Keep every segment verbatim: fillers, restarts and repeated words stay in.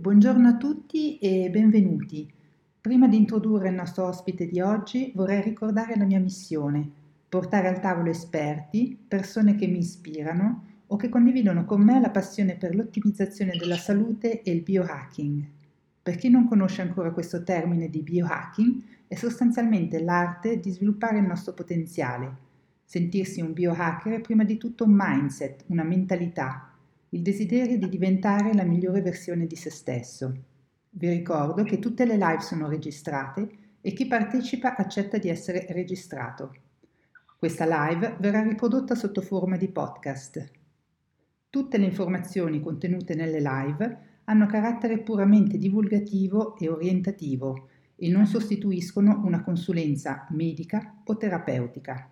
buongiorno a tutti e benvenuti. Prima di introdurre il nostro ospite di oggi vorrei ricordare la mia missione: portare al tavolo esperti, persone che mi ispirano o che condividono con me la passione per l'ottimizzazione della salute e il biohacking. Per chi non conosce ancora questo termine di biohacking, è sostanzialmente l'arte di sviluppare il nostro potenziale. Sentirsi un biohacker è prima di tutto un mindset, una mentalità, il desiderio di diventare la migliore versione di se stesso. Vi ricordo che tutte le live sono registrate e chi partecipa accetta di essere registrato. Questa live verrà riprodotta sotto forma di podcast. Tutte le informazioni contenute nelle live hanno carattere puramente divulgativo e orientativo e non sostituiscono una consulenza medica o terapeutica.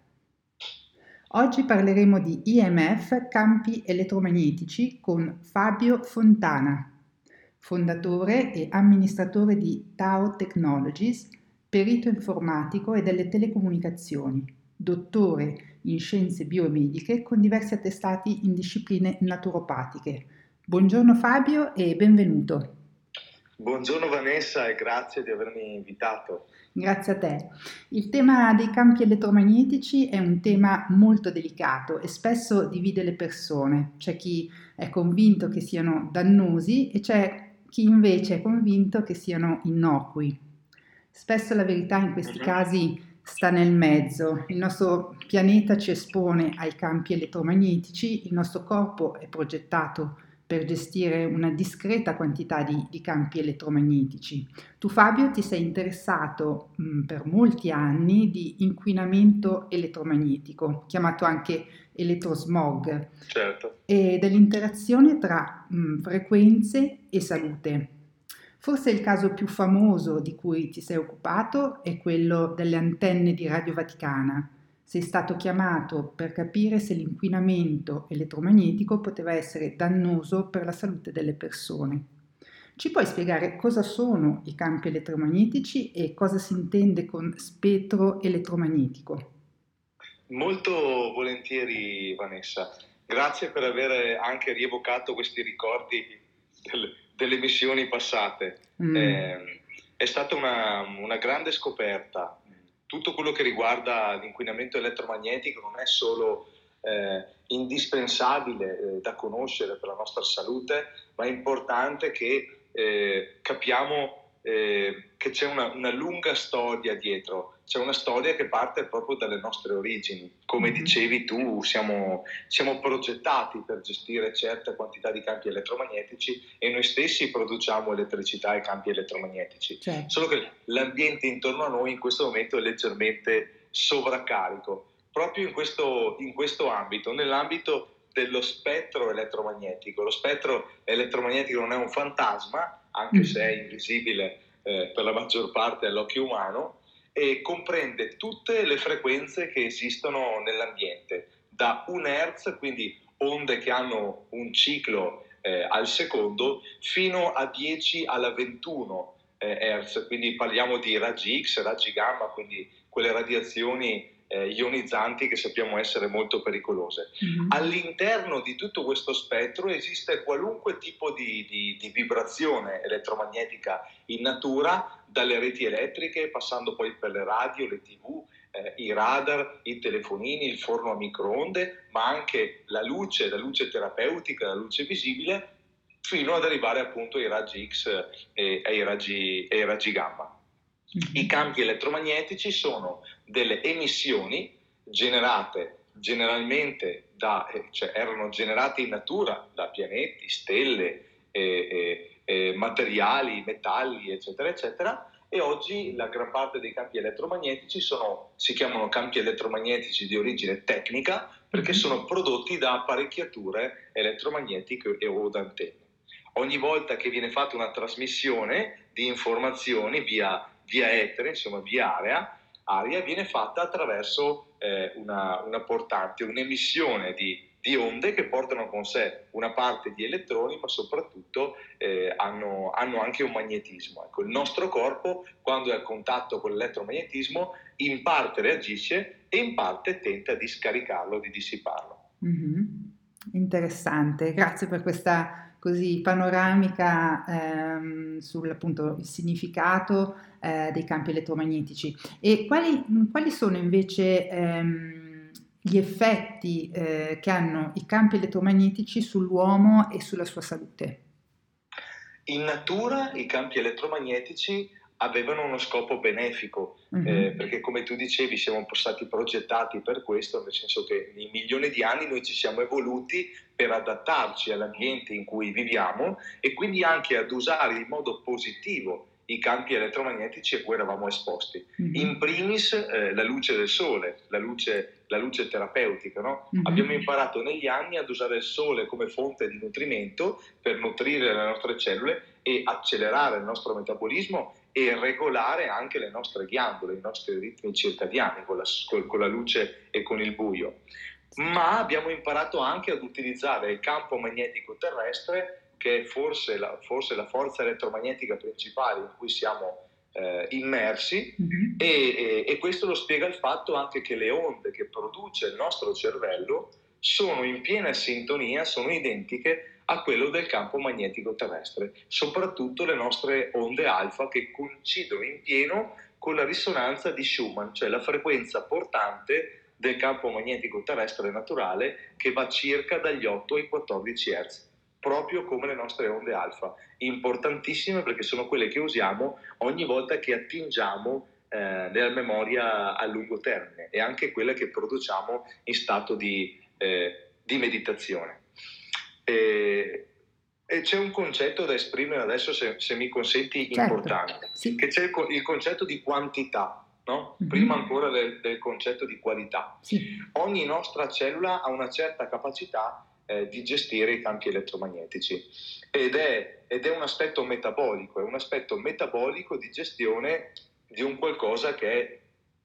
Oggi parleremo di I M F, campi elettromagnetici, con Fabio Fontana, fondatore e amministratore di Tao Technologies, perito informatico e delle telecomunicazioni, dottore in scienze biomediche con diversi attestati in discipline naturopatiche. Buongiorno Fabio e benvenuto. Buongiorno Vanessa e grazie di avermi invitato. Grazie a te. Il tema dei campi elettromagnetici è un tema molto delicato e spesso divide le persone. C'è chi è convinto che siano dannosi e c'è chi invece è convinto che siano innocui. Spesso la verità in questi Mhm. casi sta nel mezzo. Il nostro pianeta ci espone ai campi elettromagnetici, il nostro corpo è progettato per gestire una discreta quantità di, di campi elettromagnetici. Tu Fabio ti sei interessato mh, per molti anni di inquinamento elettromagnetico, chiamato anche elettrosmog, Certo. e dell'interazione tra mh, frequenze e salute. Forse il caso più famoso di cui ti sei occupato è quello delle antenne di Radio Vaticana. Sei stato chiamato per capire se l'inquinamento elettromagnetico poteva essere dannoso per la salute delle persone. Ci puoi spiegare cosa sono i campi elettromagnetici e cosa si intende con spettro elettromagnetico? Molto volentieri Vanessa. Grazie per aver anche rievocato questi ricordi del- delle missioni passate. Mm. Eh, è stata una, una grande scoperta. Tutto quello che riguarda l'inquinamento elettromagnetico non è solo eh, indispensabile eh, da conoscere per la nostra salute, ma è importante che eh, capiamo eh, che c'è una, una lunga storia dietro. C'è una storia che parte proprio dalle nostre origini. Come Mhm. dicevi tu, siamo, siamo progettati per gestire certe quantità di campi elettromagnetici e noi stessi produciamo elettricità e campi elettromagnetici. Certo. Solo che l'ambiente intorno a noi in questo momento è leggermente sovraccarico. Proprio in questo, in questo ambito, nell'ambito dello spettro elettromagnetico. Lo spettro elettromagnetico non è un fantasma, anche Mm. se è invisibile eh, per la maggior parte all'occhio umano, e comprende tutte le frequenze che esistono nell'ambiente, da un hertz, quindi onde che hanno un ciclo eh, al secondo, fino a dieci alla ventuno eh, hertz, quindi parliamo di raggi X, raggi gamma, quindi quelle radiazioni eh, ionizzanti che sappiamo essere molto pericolose. Mhm. All'interno di tutto questo spettro esiste qualunque tipo di, di, di vibrazione elettromagnetica in natura, dalle reti elettriche, passando poi per le radio, le tivù, eh, i radar, i telefonini, il forno a microonde, ma anche la luce, la luce terapeutica, la luce visibile, fino ad arrivare appunto ai raggi X e ai raggi, e ai raggi gamma. Mhm. I campi elettromagnetici sono delle emissioni generate generalmente da, eh, cioè erano generate in natura da pianeti, stelle, eh, eh, eh, materiali, metalli, eccetera, eccetera, e oggi la gran parte dei campi elettromagnetici sono, si chiamano campi elettromagnetici di origine tecnica perché Mhm. sono prodotti da apparecchiature elettromagnetiche e o da antenne. Ogni volta che viene fatta una trasmissione di informazioni via, via etere, insomma via area, aria, viene fatta attraverso eh, una, una portante, un'emissione di, di onde che portano con sé una parte di elettroni, ma soprattutto eh, hanno, hanno anche un magnetismo. Ecco, il nostro corpo, quando è a contatto con l'elettromagnetismo, in parte reagisce e in parte tenta di scaricarlo, di dissiparlo. Mm-hmm. Interessante, grazie per questa così panoramica ehm, sul appunto il significato eh, dei campi elettromagnetici. E quali, quali sono invece ehm, gli effetti eh, che hanno i campi elettromagnetici sull'uomo e sulla sua salute? In natura i campi elettromagnetici avevano uno scopo benefico, Mhm. eh, perché come tu dicevi siamo stati progettati per questo, nel senso che in milioni di anni noi ci siamo evoluti per adattarci all'ambiente in cui viviamo e quindi anche ad usare in modo positivo i campi elettromagnetici a cui eravamo esposti. Mhm. In primis eh, la luce del sole, la luce, la luce terapeutica, no? Mhm. Abbiamo imparato negli anni ad usare il sole come fonte di nutrimento per nutrire le nostre cellule e accelerare il nostro metabolismo e regolare anche le nostre ghiandole, i nostri ritmi circadiani con la, con la luce e con il buio. Ma abbiamo imparato anche ad utilizzare il campo magnetico terrestre, che è forse la, forse la forza elettromagnetica principale in cui siamo eh, immersi, Mhm. e, e, e questo lo spiega il fatto anche che le onde che produce il nostro cervello sono in piena sintonia, sono identiche a quello del campo magnetico terrestre, soprattutto le nostre onde alfa che coincidono in pieno con la risonanza di Schumann, cioè la frequenza portante del campo magnetico terrestre naturale che va circa dagli otto ai quattordici hertz, proprio come le nostre onde alfa, importantissime perché sono quelle che usiamo ogni volta che attingiamo eh, nella memoria a lungo termine e anche quelle che produciamo in stato di, eh, di meditazione. E, e c'è un concetto da esprimere adesso, se, se mi consenti, Certo, importante, sì. che c'è il, il concetto di quantità. No? Mhm. Prima ancora del, del concetto di qualità. Sì. Ogni nostra cellula ha una certa capacità eh, di gestire i campi elettromagnetici ed è, ed è un aspetto metabolico, è un aspetto metabolico di gestione di un qualcosa che è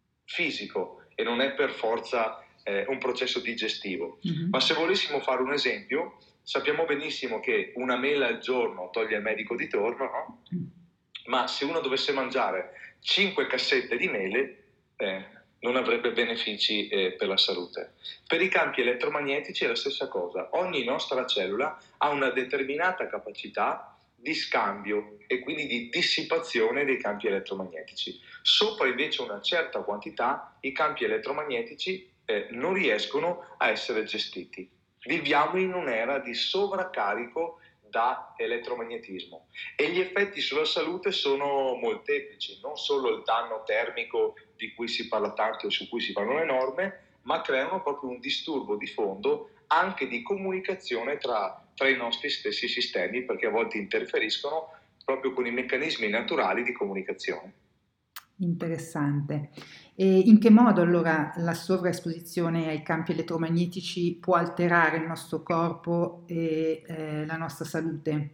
fisico e non è per forza eh, un processo digestivo. Mhm. Ma se volessimo fare un esempio, sappiamo benissimo che una mela al giorno toglie il medico di torno, no? Mm. Ma se uno dovesse mangiare cinque cassette di mele eh, non avrebbe benefici eh, per la salute. Per i campi elettromagnetici è la stessa cosa. Ogni nostra cellula ha una determinata capacità di scambio e quindi di dissipazione dei campi elettromagnetici. Sopra invece una certa quantità i campi elettromagnetici eh, non riescono a essere gestiti. Viviamo in un'era di sovraccarico da elettromagnetismo e gli effetti sulla salute sono molteplici, non solo il danno termico di cui si parla tanto e su cui si fanno le norme, ma creano proprio un disturbo di fondo anche di comunicazione tra, tra i nostri stessi sistemi, perché a volte interferiscono proprio con i meccanismi naturali di comunicazione. Interessante. E in che modo allora la sovraesposizione ai campi elettromagnetici può alterare il nostro corpo e eh, la nostra salute?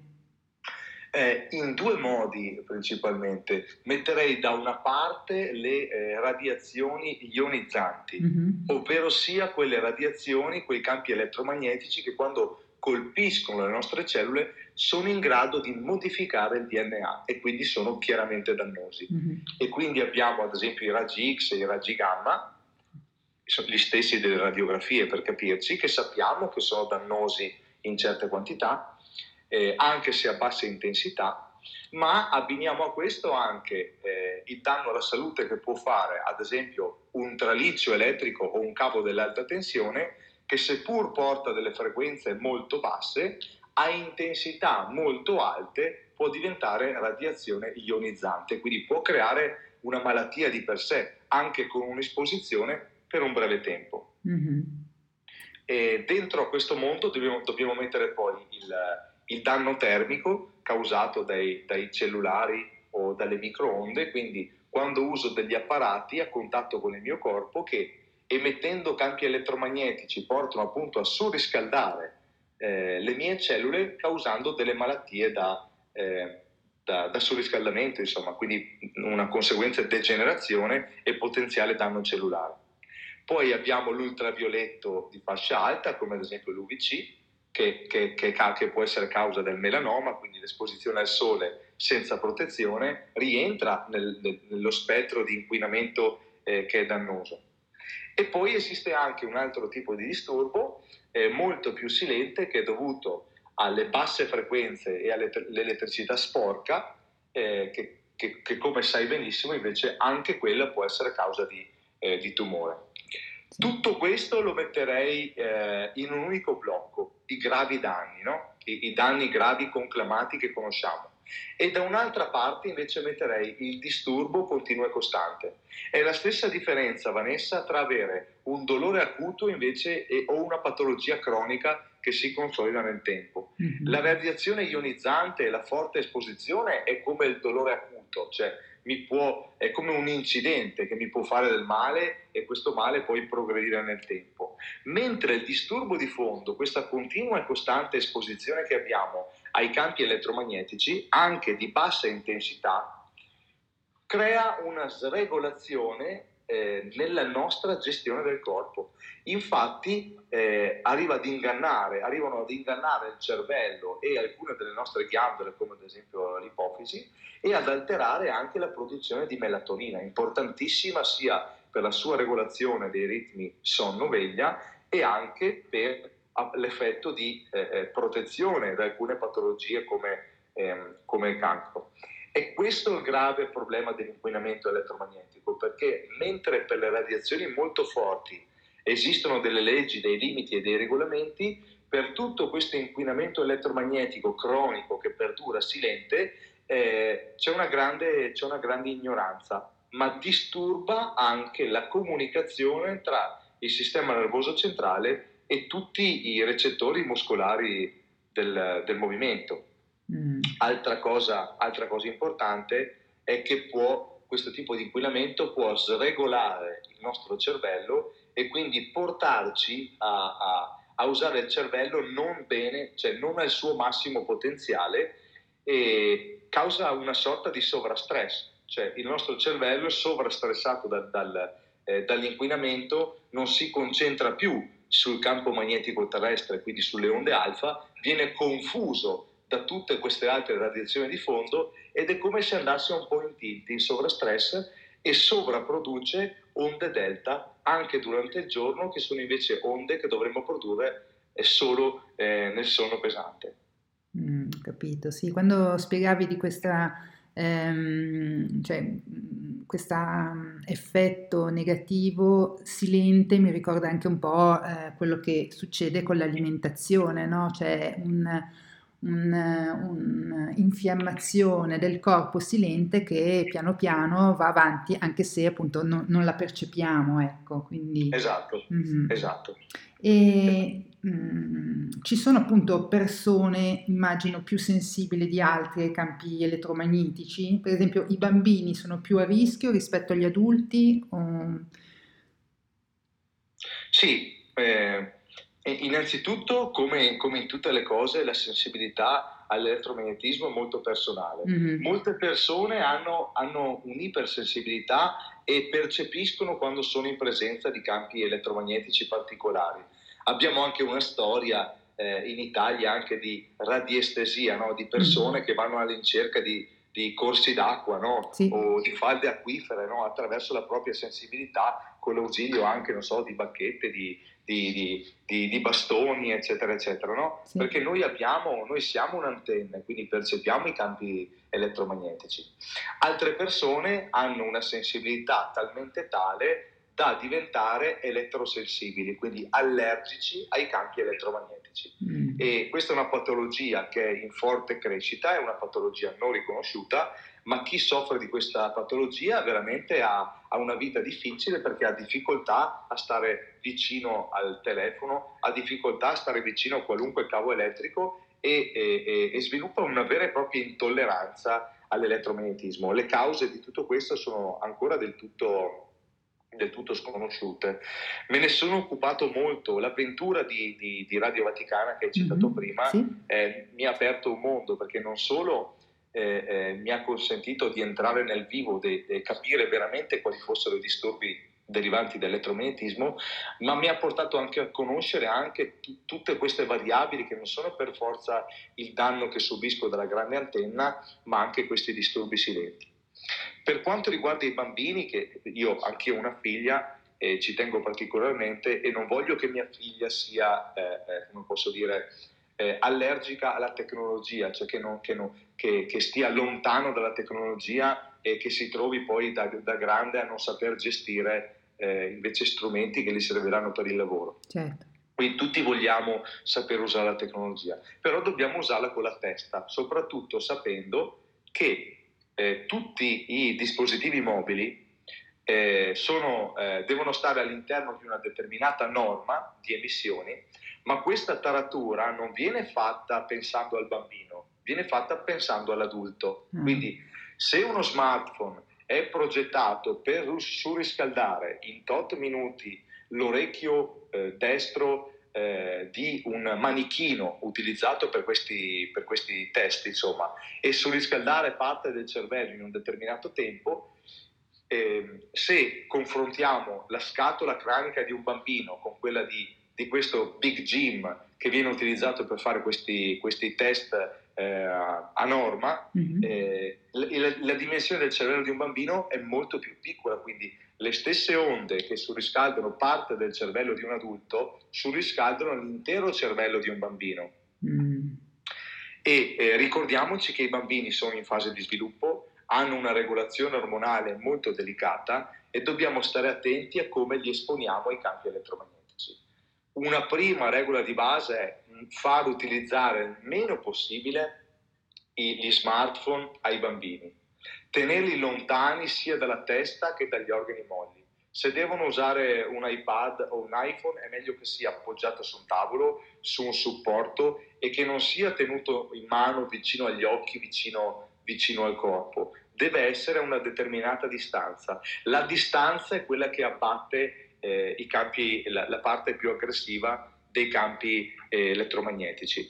Eh, in due modi principalmente. Metterei da una parte le eh, radiazioni ionizzanti, Mhm. ovvero sia quelle radiazioni, quei campi elettromagnetici che quando colpiscono le nostre cellule sono in grado di modificare il D N A e quindi sono chiaramente dannosi. Mhm. E quindi abbiamo ad esempio i raggi X e i raggi gamma, sono gli stessi delle radiografie per capirci, che sappiamo che sono dannosi in certe quantità, eh, anche se a bassa intensità, ma abbiniamo a questo anche eh, il danno alla salute che può fare ad esempio un traliccio elettrico o un cavo dell'alta tensione che seppur porta delle frequenze molto basse, a intensità molto alte può diventare radiazione ionizzante, quindi può creare una malattia di per sé, anche con un'esposizione per un breve tempo. Mhm. E dentro a questo mondo dobbiamo, dobbiamo mettere poi il, il danno termico causato dai, dai cellulari o dalle microonde, quindi quando uso degli apparati a contatto con il mio corpo che emettendo campi elettromagnetici portano appunto a surriscaldare eh, le mie cellule causando delle malattie da, eh, da, da surriscaldamento, insomma, quindi una conseguenza degenerazione e potenziale danno cellulare. Poi abbiamo l'ultravioletto di fascia alta, come ad esempio l'U V C, che, che, che, che può essere causa del melanoma, quindi l'esposizione al sole senza protezione rientra nel, nel, nello spettro di inquinamento eh, che è dannoso. E poi esiste anche un altro tipo di disturbo eh, molto più silente che è dovuto alle basse frequenze e all'elettricità sporca, eh, che, che, che come sai benissimo invece anche quella può essere causa di, eh, di tumore. Sì. Tutto questo lo metterei eh, in un unico blocco, i gravi danni, no? I, i danni gravi conclamati che conosciamo. E da un'altra parte invece metterei il disturbo continuo e costante. È la stessa differenza, Vanessa, tra avere un dolore acuto invece e, o una patologia cronica che si consolida nel tempo. Mm-hmm. La radiazione ionizzante e la forte esposizione è come il dolore acuto, cioè mi può, è come un incidente che mi può fare del male e questo male poi progredire nel tempo. Mentre il disturbo di fondo, questa continua e costante esposizione che abbiamo ai campi elettromagnetici, anche di bassa intensità, crea una sregolazione eh, nella nostra gestione del corpo. Infatti eh, arriva ad ingannare, arrivano ad ingannare il cervello e alcune delle nostre ghiandole, come ad esempio l'ipofisi, e ad alterare anche la produzione di melatonina, importantissima sia per la sua regolazione dei ritmi sonno-veglia e anche per l'effetto di eh, protezione da alcune patologie come, ehm, come il cancro. E questo è il grave problema dell'inquinamento elettromagnetico, perché mentre per le radiazioni molto forti esistono delle leggi, dei limiti e dei regolamenti, per tutto questo inquinamento elettromagnetico cronico che perdura silente eh, c'è una grande, c'è una grande ignoranza, ma disturba anche la comunicazione tra il sistema nervoso centrale e tutti i recettori muscolari del, del movimento. Mm. Altra cosa, altra cosa importante è che può, questo tipo di inquinamento può sregolare il nostro cervello e quindi portarci a, a, a usare il cervello non bene, cioè non al suo massimo potenziale, e causa una sorta di sovrastress, cioè il nostro cervello sovrastressato dal, dal, eh, dall'inquinamento non si concentra più sul campo magnetico terrestre, quindi sulle onde alfa, viene confuso da tutte queste altre radiazioni di fondo ed è come se andasse un po' in tilt, in sovrastress, e sovrapproduce onde delta anche durante il giorno, che sono invece onde che dovremmo produrre solo eh, nel sonno pesante. Mm, capito, sì, quando spiegavi di questa, ehm, cioè, questo effetto negativo silente mi ricorda anche un po' eh, quello che succede con l'alimentazione, no? Cioè un, un'infiammazione del corpo silente che piano piano va avanti anche se appunto non, non la percepiamo, ecco, quindi... Esatto, mm-hmm. esatto. E mh, ci sono appunto persone, immagino, più sensibili di altri ai campi elettromagnetici, per esempio i bambini sono più a rischio rispetto agli adulti? O... Sì, eh, innanzitutto come, come in tutte le cose la sensibilità all'elettromagnetismo è molto personale. Mm-hmm. Molte persone hanno, hanno un'ipersensibilità e percepiscono quando sono in presenza di campi elettromagnetici particolari. Abbiamo anche una storia eh, in Italia anche di radiestesia, no? Di persone mm-hmm. che vanno alla ricerca di, di corsi d'acqua, no? Sì. O di falde acquifere, no? Attraverso la propria sensibilità, con l'ausilio anche, non so, di bacchette, di, di, di, di, di bastoni, eccetera, eccetera, no? Sì. Perché noi abbiamo, noi siamo un'antenna, quindi percepiamo i campi elettromagnetici. Altre persone hanno una sensibilità talmente tale da diventare elettrosensibili, quindi allergici ai campi elettromagnetici. Mm. E questa è una patologia che è in forte crescita, è una patologia non riconosciuta, ma chi soffre di questa patologia veramente ha, ha una vita difficile, perché ha difficoltà a stare vicino al telefono, ha difficoltà a stare vicino a qualunque cavo elettrico e, e, e sviluppa una vera e propria intolleranza all'elettromagnetismo. Le cause di tutto questo sono ancora del tutto... del tutto sconosciute. Me ne sono occupato molto. L'avventura di, di, di Radio Vaticana che hai citato mm-hmm. prima sì. eh, mi ha aperto un mondo, perché non solo eh, eh, mi ha consentito di entrare nel vivo e capire veramente quali fossero i disturbi derivanti dall'elettromagnetismo, ma mi ha portato anche a conoscere anche t- tutte queste variabili che non sono per forza il danno che subisco dalla grande antenna, ma anche questi disturbi silenti. Per quanto riguarda i bambini, che io anche ho una figlia, eh, ci tengo particolarmente e non voglio che mia figlia sia, eh, eh, come posso dire, eh, allergica alla tecnologia, cioè che, non, che, non, che, che stia lontano dalla tecnologia e che si trovi poi da, da grande a non saper gestire eh, invece strumenti che gli serviranno per il lavoro. Certo. Quindi tutti vogliamo saper usare la tecnologia, però dobbiamo usarla con la testa, soprattutto sapendo che eh, tutti i dispositivi mobili eh, sono, eh, devono stare all'interno di una determinata norma di emissioni, ma questa taratura non viene fatta pensando al bambino, viene fatta pensando all'adulto. Mm. Quindi se uno smartphone è progettato per surriscaldare in tot minuti l'orecchio eh, destro eh, di un manichino utilizzato per questi, per questi test, insomma, e surriscaldare parte del cervello in un determinato tempo, eh, se confrontiamo la scatola cranica di un bambino con quella di, di questo Big Jim che viene utilizzato per fare questi, questi test eh, a norma, mm-hmm. eh, la, la dimensione del cervello di un bambino è molto più piccola, quindi le stesse onde che surriscaldano parte del cervello di un adulto surriscaldano l'intero cervello di un bambino. Mm. E eh, ricordiamoci che i bambini sono in fase di sviluppo, hanno una regolazione ormonale molto delicata e dobbiamo stare attenti a come li esponiamo ai campi elettromagnetici. Una prima regola di base è far utilizzare il meno possibile gli smartphone ai bambini, tenerli lontani sia dalla testa che dagli organi molli. Se devono usare un iPad o un iPhone è meglio che sia appoggiato su un tavolo, su un supporto e che non sia tenuto in mano vicino agli occhi, vicino, vicino al corpo. Deve essere a una determinata distanza. La distanza è quella che abbatte eh, i campi, la, la parte più aggressiva dei campi eh, elettromagnetici.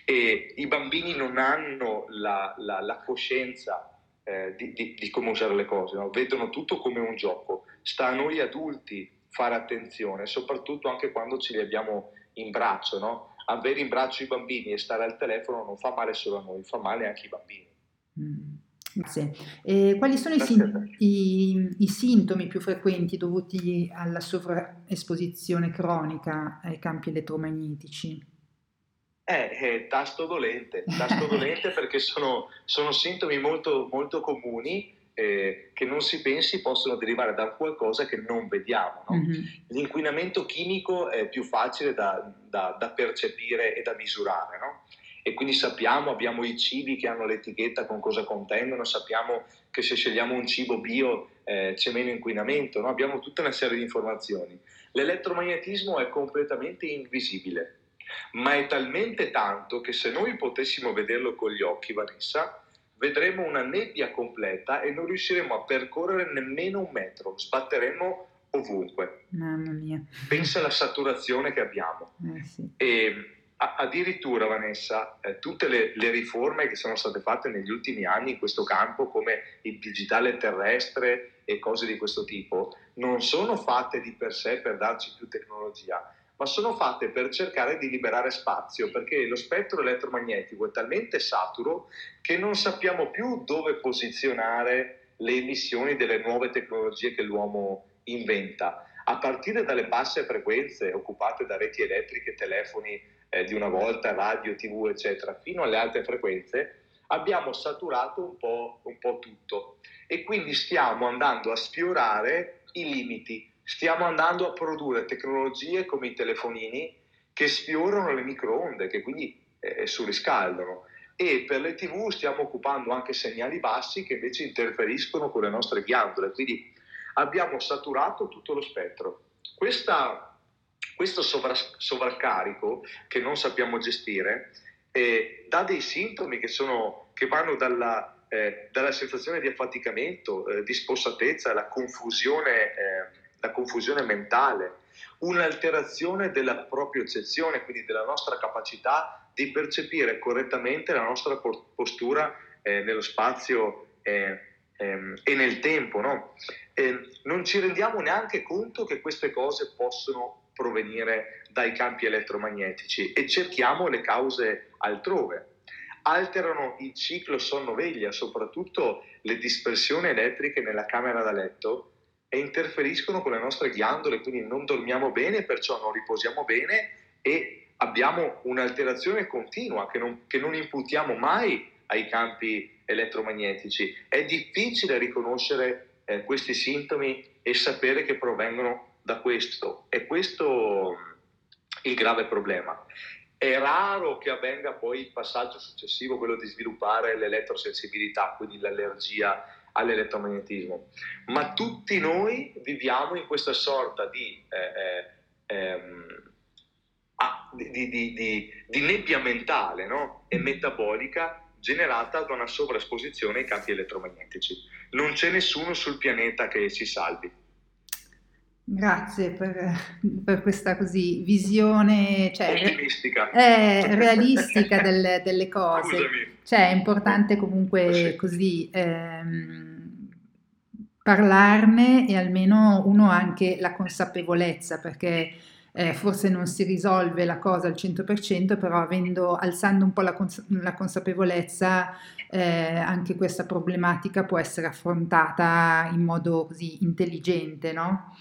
E i bambini non hanno la, la, la coscienza eh, di, di, di come usare le cose, no? Vedono tutto come un gioco. Sta a noi adulti fare attenzione, soprattutto anche quando ce li abbiamo in braccio, no? Avere in braccio i bambini e stare al telefono non fa male solo a noi, fa male anche ai bambini. Mm. Sì. E quali sono i, sin- i, i sintomi più frequenti dovuti alla sovraesposizione cronica ai campi elettromagnetici? Eh, eh, tasto dolente, tasto dolente perché sono, sono sintomi molto, molto comuni eh, che non si pensi possono derivare da qualcosa che non vediamo. No? Mm-hmm. L'inquinamento chimico è più facile da, da, da percepire e da misurare, no? E quindi sappiamo, abbiamo i cibi che hanno l'etichetta con cosa contengono, sappiamo che se scegliamo un cibo bio eh, c'è meno inquinamento, no? Abbiamo tutta una serie di informazioni. L'elettromagnetismo è completamente invisibile, ma è talmente tanto che se noi potessimo vederlo con gli occhi, Vanessa, vedremo una nebbia completa e non riusciremo a percorrere nemmeno un metro, sbatteremo ovunque. Mamma mia. Pensa alla saturazione che abbiamo. Eh sì. E addirittura, Vanessa, eh, tutte le, le riforme che sono state fatte negli ultimi anni in questo campo, come il digitale terrestre e cose di questo tipo, non sono fatte di per sé per darci più tecnologia, ma sono fatte per cercare di liberare spazio, perché lo spettro elettromagnetico è talmente saturo che non sappiamo più dove posizionare le emissioni delle nuove tecnologie che l'uomo inventa. A partire dalle basse frequenze occupate da reti elettriche, telefoni eh, di una volta, radio, tv, eccetera, fino alle alte frequenze, abbiamo saturato un po', un po' tutto e quindi stiamo andando a sfiorare i limiti. Stiamo andando a produrre tecnologie come i telefonini che sfiorano le microonde, che quindi eh, surriscaldano. E per le tv stiamo occupando anche segnali bassi che invece interferiscono con le nostre ghiandole. Quindi abbiamo saturato tutto lo spettro. Questa, questo sovra- sovraccarico che non sappiamo gestire eh, dà dei sintomi che, sono, che vanno dalla, eh, dalla sensazione di affaticamento, eh, di spossatezza, alla confusione eh, la confusione mentale, un'alterazione della propriocezione, quindi della nostra capacità di percepire correttamente la nostra postura eh, nello spazio eh, ehm, e nel tempo, no? Eh, non ci rendiamo neanche conto che queste cose possono provenire dai campi elettromagnetici e cerchiamo le cause altrove. Alterano il ciclo sonno-veglia, soprattutto le dispersioni elettriche nella camera da letto, e interferiscono con le nostre ghiandole, quindi non dormiamo bene, perciò non riposiamo bene e abbiamo un'alterazione continua che non, che non imputiamo mai ai campi elettromagnetici. È difficile riconoscere eh, questi sintomi e sapere che provengono da questo. È questo il grave problema. È raro che avvenga poi il passaggio successivo, quello di sviluppare l'elettrosensibilità, quindi l'allergia all'elettromagnetismo, ma tutti noi viviamo in questa sorta di, eh, eh, ah, di, di, di, di nebbia mentale, no? E metabolica generata da una sovraesposizione ai campi elettromagnetici. Non c'è nessuno sul pianeta che si salvi. Grazie per, per questa così visione, cioè, ottimistica, eh, realistica del- delle cose. Scusami. Cioè, è importante comunque Sì. così ehm, parlarne e almeno uno ha anche la consapevolezza, perché eh, forse non si risolve la cosa al cento per cento, però avendo, alzando un po' la, cons- la consapevolezza, eh, anche questa problematica può essere affrontata in modo così intelligente, no?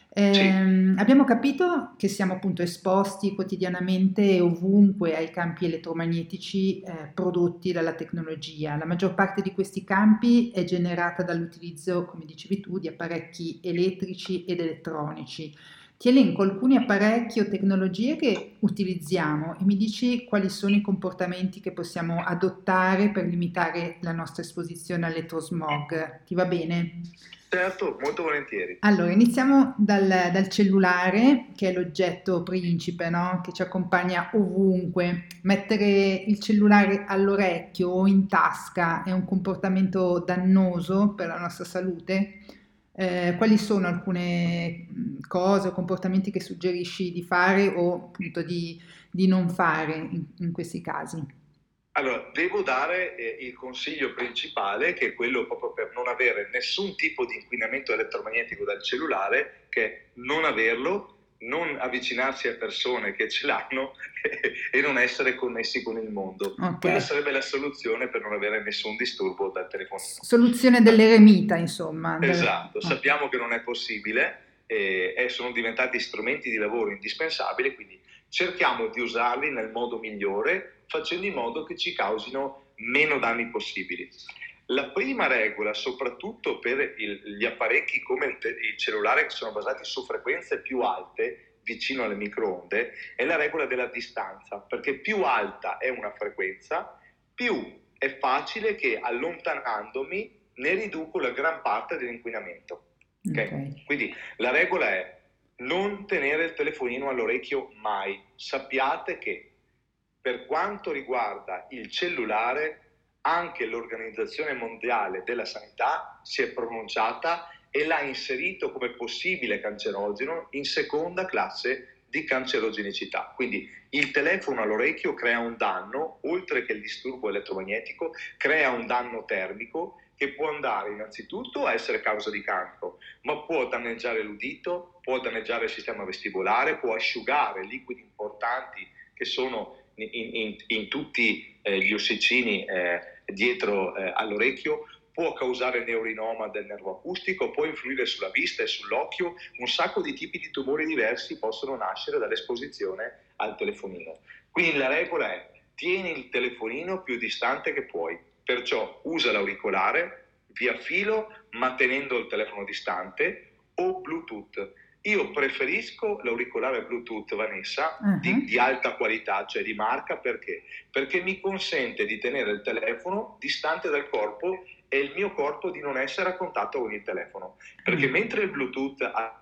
Ehm, abbiamo capito che siamo appunto esposti quotidianamente e ovunque ai campi elettromagnetici eh, prodotti dalla tecnologia. La maggior parte di questi campi è generata dall'utilizzo, come dicevi tu, di apparecchi elettrici ed elettronici. Ti elenco alcuni apparecchi o tecnologie che utilizziamo e mi dici quali sono i comportamenti che possiamo adottare per limitare la nostra esposizione all'elettrosmog. Ti va bene? Certo, molto volentieri. Allora, iniziamo dal, dal cellulare, che è l'oggetto principe, no? Che ci accompagna ovunque. Mettere il cellulare all'orecchio o in tasca è un comportamento dannoso per la nostra salute? Eh, quali sono alcune mh, cose o comportamenti che suggerisci di fare o appunto di, di non fare in, in questi casi? Allora, devo dare eh, il consiglio principale, che è quello proprio per non avere nessun tipo di inquinamento elettromagnetico dal cellulare, che è non averlo, non avvicinarsi a persone che ce l'hanno e non essere connessi con il mondo. Ok. Quella sarebbe la soluzione per non avere nessun disturbo dal telefonino. Soluzione dell'eremita, insomma. Esatto, Del... sappiamo che non è possibile e, e sono diventati strumenti di lavoro indispensabili, quindi cerchiamo di usarli nel modo migliore, facendo in modo che ci causino meno danni possibili. La prima regola, soprattutto per il, gli apparecchi come il, te- il cellulare, che sono basati su frequenze più alte, vicino alle microonde, è la regola della distanza, perché più alta è una frequenza, più è facile che allontanandomi ne riduco la gran parte dell'inquinamento. Okay? Okay. Quindi la regola è non tenere il telefonino all'orecchio mai. Sappiate che per quanto riguarda il cellulare, anche l'Organizzazione Mondiale della Sanità si è pronunciata e l'ha inserito come possibile cancerogeno in seconda classe di cancerogenicità. Quindi il telefono all'orecchio crea un danno, oltre che il disturbo elettromagnetico, crea un danno termico che può andare innanzitutto a essere causa di cancro, ma può danneggiare l'udito, può danneggiare il sistema vestibolare, può asciugare liquidi importanti che sono in, in, in tutti eh, gli ossicini eh, dietro eh, all'orecchio, può causare neurinoma del nervo acustico, può influire sulla vista e sull'occhio. Un sacco di tipi di tumori diversi possono nascere dall'esposizione al telefonino. Quindi la regola è: tieni il telefonino più distante che puoi, perciò usa l'auricolare via filo ma tenendo il telefono distante, o Bluetooth. Io preferisco l'auricolare Bluetooth, Vanessa, uh-huh. di, di alta qualità, cioè di marca, perché? Perché mi consente di tenere il telefono distante dal corpo e il mio corpo di non essere a contatto con il telefono. Perché uh-huh. mentre il Bluetooth ha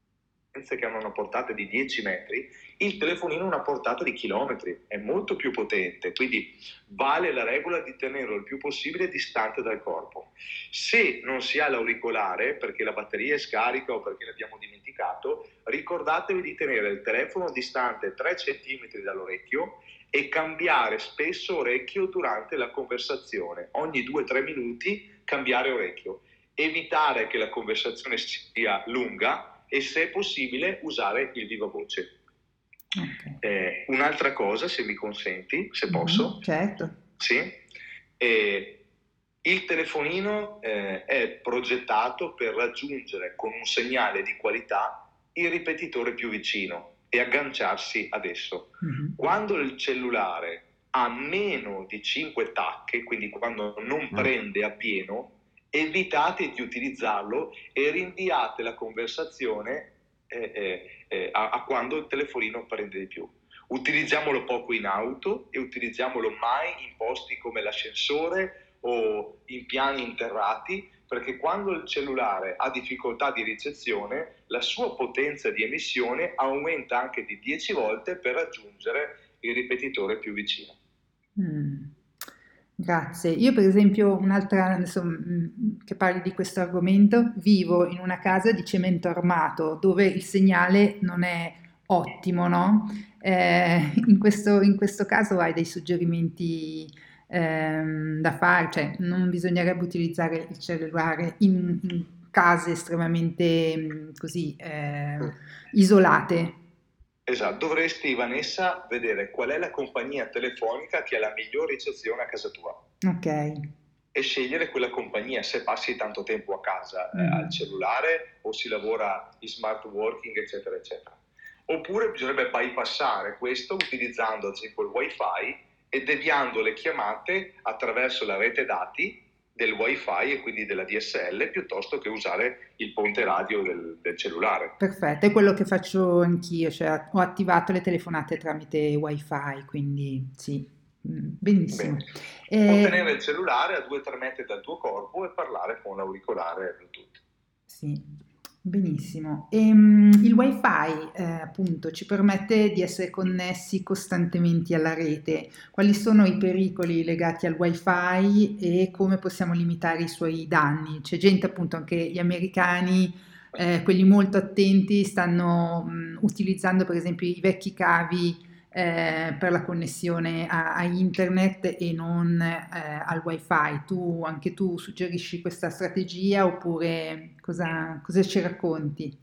che hanno una portata di dieci metri, il telefonino ha una portata di chilometri, è molto più potente, quindi vale la regola di tenerlo il più possibile distante dal corpo. Se non si ha l'auricolare, perché la batteria è scarica o perché l'abbiamo dimenticato, ricordatevi di tenere il telefono distante tre centimetri dall'orecchio e cambiare spesso orecchio durante la conversazione. Ogni due tre minuti cambiare orecchio. Evitare che la conversazione sia lunga e, se è possibile, usare il viva voce. Okay. Eh, un'altra cosa, se mi consenti, se posso. Mm-hmm, certo. Sì. Eh, il telefonino eh, è progettato per raggiungere con un segnale di qualità il ripetitore più vicino. e agganciarsi ad esso. Mhm. Quando il cellulare ha meno di cinque tacche, quindi quando non prende a pieno, evitate di utilizzarlo e rinviate la conversazione eh, eh, eh, a, a quando il telefonino prende di più. Utilizziamolo poco in auto e utilizziamolo mai in posti come l'ascensore o in piani interrati, perché quando il cellulare ha difficoltà di ricezione, la sua potenza di emissione aumenta anche di dieci volte per raggiungere il ripetitore più vicino. Mm. Grazie. Io per esempio, un'altra, adesso mm, che parli di questo argomento, vivo in una casa di cemento armato dove il segnale non è ottimo, no? Eh, in questo, in questo caso hai dei suggerimenti ehm, da fare, cioè non bisognerebbe utilizzare il cellulare in, in case estremamente mm, così eh, isolate. Esatto, dovresti, Vanessa, vedere qual è la compagnia telefonica che ha la miglior ricezione a casa tua Ok. e scegliere quella compagnia se passi tanto tempo a casa eh, Mhm. al cellulare o si lavora in smart working, eccetera, eccetera. Oppure bisognerebbe bypassare questo utilizzando ad esempio il wifi e deviando le chiamate attraverso la rete dati del wifi e quindi della D S L piuttosto che usare il ponte radio del, del cellulare. Perfetto, è quello che faccio anch'io, cioè ho attivato le telefonate tramite wifi, quindi sì, mm, benissimo. Bene. O Eh, tenere il cellulare a due o tre metri dal tuo corpo e parlare con l'auricolare Bluetooth. sì, benissimo. Ehm, il wifi, eh, appunto, ci permette di essere connessi costantemente alla rete. Quali sono i pericoli legati al wifi e come possiamo limitare i suoi danni? C'è gente, appunto, anche gli americani, eh, quelli molto attenti, stanno mh, utilizzando per esempio i vecchi cavi eh, per la connessione a, a internet e non eh, al wifi. Tu, anche tu suggerisci questa strategia oppure cosa, cosa ci racconti?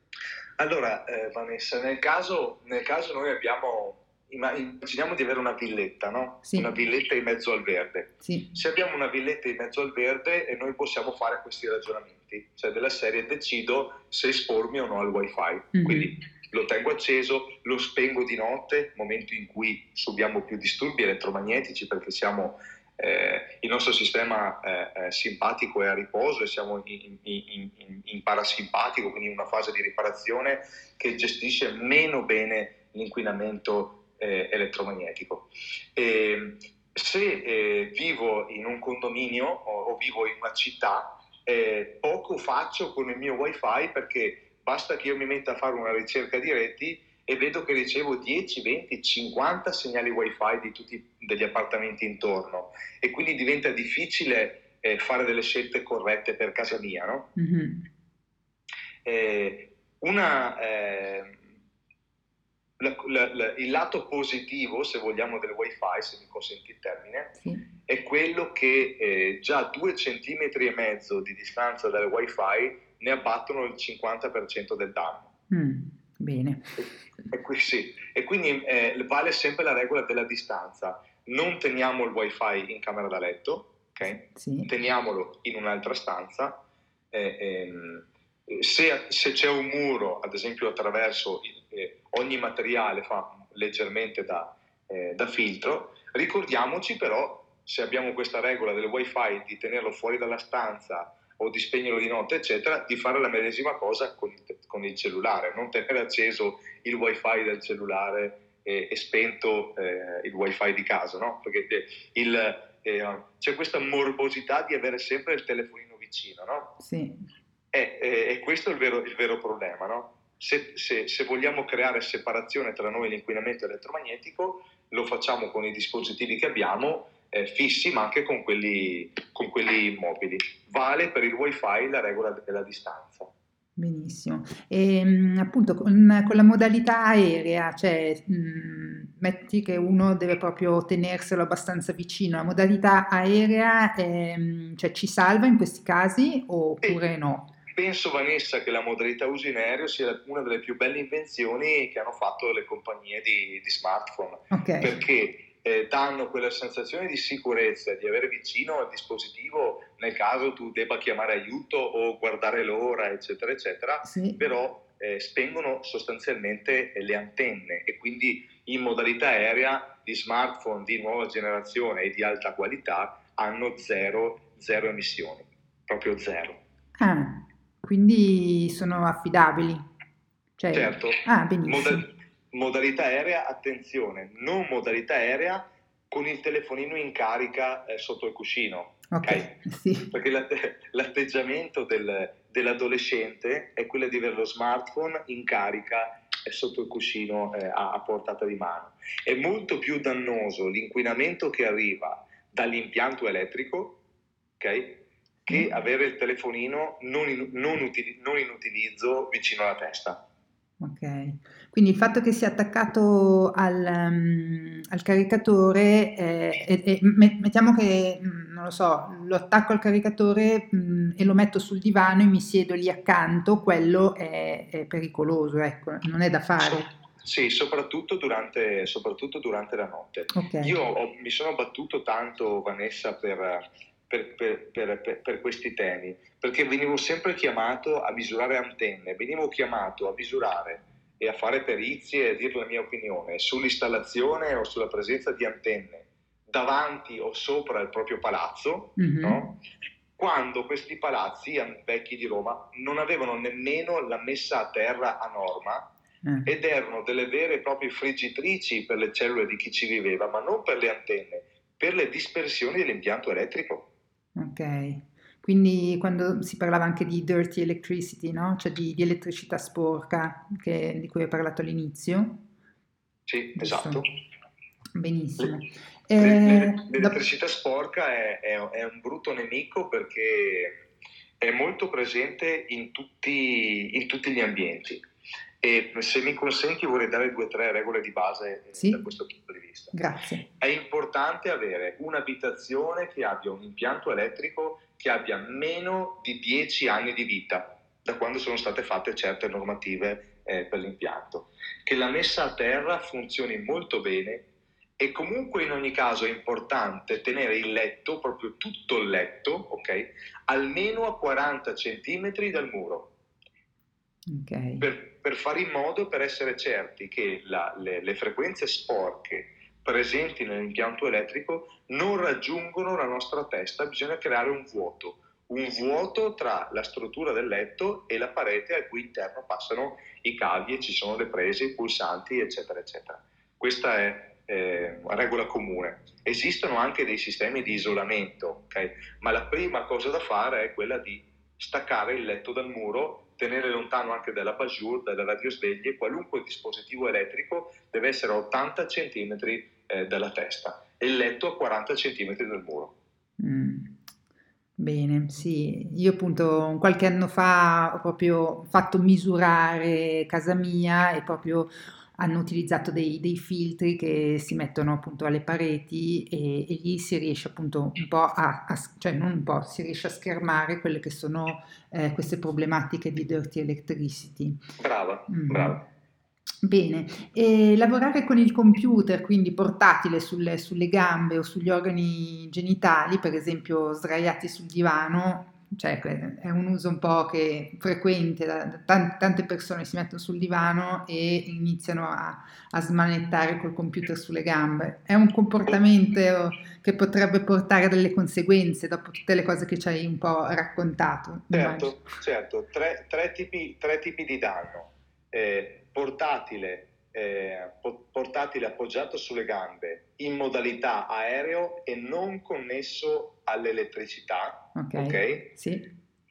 Allora, eh, Vanessa, nel caso, nel caso noi abbiamo, immaginiamo di avere una villetta, no? Sì. Una villetta in mezzo al verde. Sì. Se abbiamo una villetta in mezzo al verde e noi possiamo fare questi ragionamenti, cioè della serie decido se espormi o no al wifi. Mhm. Quindi lo tengo acceso, lo spengo di notte, momento in cui subiamo più disturbi elettromagnetici perché siamo eh, il nostro sistema eh, eh, simpatico è a riposo e siamo in, in, in, in parasimpatico, quindi in una fase di riparazione che gestisce meno bene l'inquinamento eh, elettromagnetico. E se eh, vivo in un condominio o, o vivo in una città, eh, poco faccio con il mio wifi perché basta che io mi metta a fare una ricerca di reti e vedo che ricevo dieci, venti, cinquanta segnali wifi di tutti degli appartamenti intorno e quindi diventa difficile eh, fare delle scelte corrette per casa mia, no? Mhm. Eh, una, eh, la, la, la, il lato positivo, se vogliamo, del wifi, se mi consenti il termine, Sì. è quello che eh, già due centimetri e mezzo di distanza dal wifi ne abbattono il cinquanta per cento del danno. Mm, bene. E, qui, sì. e quindi eh, vale sempre la regola della distanza. Non teniamo il wifi in camera da letto, ok? Sì. Teniamolo in un'altra stanza. Eh, ehm, se, se c'è un muro, ad esempio attraverso il, eh, ogni materiale fa leggermente da, eh, da filtro, ricordiamoci però, se abbiamo questa regola del wifi di tenerlo fuori dalla stanza o di spegnerlo di notte, eccetera, di fare la medesima cosa con il, con il cellulare, non tenere acceso il wifi del cellulare e, e spento eh, il wifi di casa, no? Perché il, eh, c'è questa morbosità di avere sempre il telefonino vicino, no? Sì. E, e, e questo è il vero, il vero problema, no? Se, se, se vogliamo creare separazione tra noi e l'inquinamento elettromagnetico, lo facciamo con i dispositivi che abbiamo, eh, fissi, ma anche con quelli, con quelli mobili. Vale per il wifi la regola della distanza. Benissimo. E mh, appunto con, con la modalità aerea, cioè mh, metti che uno deve proprio tenerselo abbastanza vicino, la modalità aerea ehm, cioè, ci salva in questi casi oppure E no? penso, Vanessa, che la modalità uso in aereo sia una delle più belle invenzioni che hanno fatto le compagnie di, di smartphone, Ok. perché eh, danno quella sensazione di sicurezza, di avere vicino il dispositivo nel caso tu debba chiamare aiuto o guardare l'ora, eccetera, eccetera, Sì. però eh, spengono sostanzialmente le antenne e quindi in modalità aerea gli smartphone di nuova generazione e di alta qualità hanno zero, zero emissioni, proprio zero. Ah, quindi sono affidabili. Cioè, Certo, ah, benissimo. moda- modalità aerea, attenzione, non modalità aerea con il telefonino in carica eh, sotto il cuscino, Ok, ok? sì. Perché l'atte- l'atteggiamento del- dell'adolescente è quello di avere lo smartphone in carica eh, sotto il cuscino eh, a, a portata di mano. È molto più dannoso l'inquinamento che arriva dall'impianto elettrico, ok? Che Sì. avere il telefonino non in, non utili- non in utilizzo vicino alla testa. Ok, quindi il fatto che sia attaccato al, um, al caricatore, eh, e- e met- mettiamo che, mm, non lo so, lo attacco al caricatore, mm, e lo metto sul divano e mi siedo lì accanto, quello è, è pericoloso, ecco, non è da fare. So- sì, soprattutto durante, soprattutto durante la notte. Ok, Io ho- mi sono battuto tanto, Vanessa, per, per- per- per- per- per questi temi, perché venivo sempre chiamato a misurare antenne, venivo chiamato a misurare e a fare perizie e a dire la mia opinione sull'installazione o sulla presenza di antenne davanti o sopra il proprio palazzo, mhm, no? Quando questi palazzi vecchi di Roma non avevano nemmeno la messa a terra a norma eh, ed erano delle vere e proprie friggitrici per le cellule di chi ci viveva, ma non per le antenne, per le dispersioni dell'impianto elettrico. ok. Quindi quando si parlava anche di dirty electricity, no? Cioè di, di elettricità sporca, che- di cui hai parlato all'inizio, Sì, giusto? esatto. Benissimo. Le- le- Eh, le- dop- l'elettricità sporca è, è- è un brutto nemico perché è molto presente in tutti, in tutti gli ambienti. E se mi consenti vorrei dare due o tre regole di base eh, da sì, questo punto di vista. grazie. È importante avere un'abitazione che abbia un impianto elettrico che abbia meno di dieci anni di vita, da quando sono state fatte certe normative eh, per l'impianto. Che la messa a terra funzioni molto bene e comunque in ogni caso è importante tenere il letto, proprio tutto il letto, ok, almeno a quaranta centimetri dal muro. Ok. Per, per fare in modo, per essere certi che la- le, le frequenze sporche presenti nell'impianto elettrico non raggiungono la nostra testa, bisogna creare un vuoto, un vuoto tra la struttura del letto e la parete al cui interno passano i cavi e ci sono le prese, i pulsanti, eccetera, eccetera. Questa è eh, una regola comune. Esistono anche dei sistemi di isolamento, ok? Ma la prima cosa da fare è quella di staccare il letto dal muro, tenere lontano anche dalla basjour, dalle radiosveglie, qualunque dispositivo elettrico deve essere a ottanta centimetri eh, dalla testa e il letto a quaranta centimetri dal muro. Mm. Bene, sì, io appunto qualche anno fa ho proprio fatto misurare casa mia e proprio hanno utilizzato dei, dei filtri che si mettono appunto alle pareti e, e lì si riesce appunto un po' a, a- cioè non un po', si riesce a schermare quelle che sono eh, queste problematiche di dirty electricity. Brava, Mhm. brava. Bene, e lavorare con il computer, quindi portatile sulle, sulle gambe o sugli organi genitali, per esempio sdraiati sul divano, cioè que- è un uso un po' che frequente, da- da tan- tante persone si mettono sul divano e iniziano a, a smanettare col computer sulle gambe. È un comportamento che potrebbe portare delle conseguenze dopo tutte le cose che ci hai un po' raccontato, immagino. Certo, certo, tre, tre tipi, tre tipi di danno. Eh, portatile, eh, po- portatile appoggiato sulle gambe in modalità aereo e non connesso all'elettricità, Ok, ok? sì,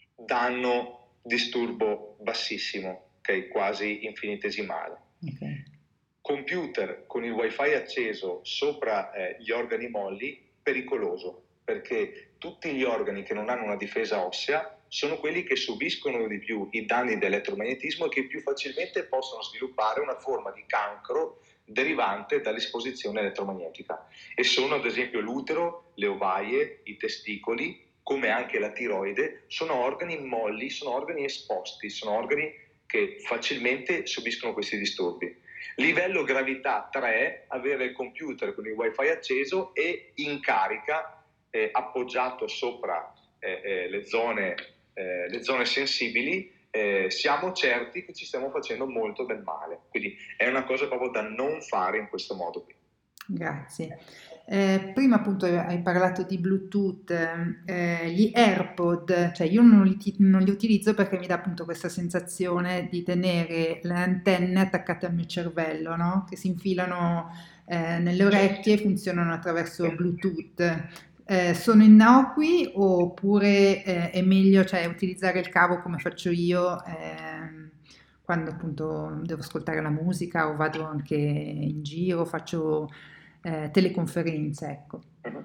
Danno disturbo bassissimo, ok? Quasi infinitesimale. ok. Computer con il wifi acceso sopra eh, gli organi molli, pericoloso, perché tutti gli organi che non hanno una difesa ossea sono quelli che subiscono di più i danni dell'elettromagnetismo e che più facilmente possono sviluppare una forma di cancro derivante dall'esposizione elettromagnetica. E sono ad esempio l'utero, le ovaie, i testicoli, come anche la tiroide, sono organi molli, sono organi esposti, sono organi che facilmente subiscono questi disturbi. Livello gravità tre, avere il computer con il wifi acceso e in carica, eh, appoggiato sopra eh, eh, le, zone, eh, le zone sensibili eh, siamo certi che ci stiamo facendo molto del male. Quindi è una cosa proprio da non fare in questo modo qui. Grazie. Eh, prima appunto hai parlato di Bluetooth, eh, gli AirPod, cioè io non li, non li utilizzo perché mi dà appunto questa sensazione di tenere le antenne attaccate al mio cervello, no? Che si infilano eh, nelle orecchie e funzionano attraverso Bluetooth. Eh, sono innocui oppure eh, è meglio, cioè, utilizzare il cavo come faccio io ehm, quando appunto devo ascoltare la musica o vado anche in giro, faccio eh, teleconferenze, ecco.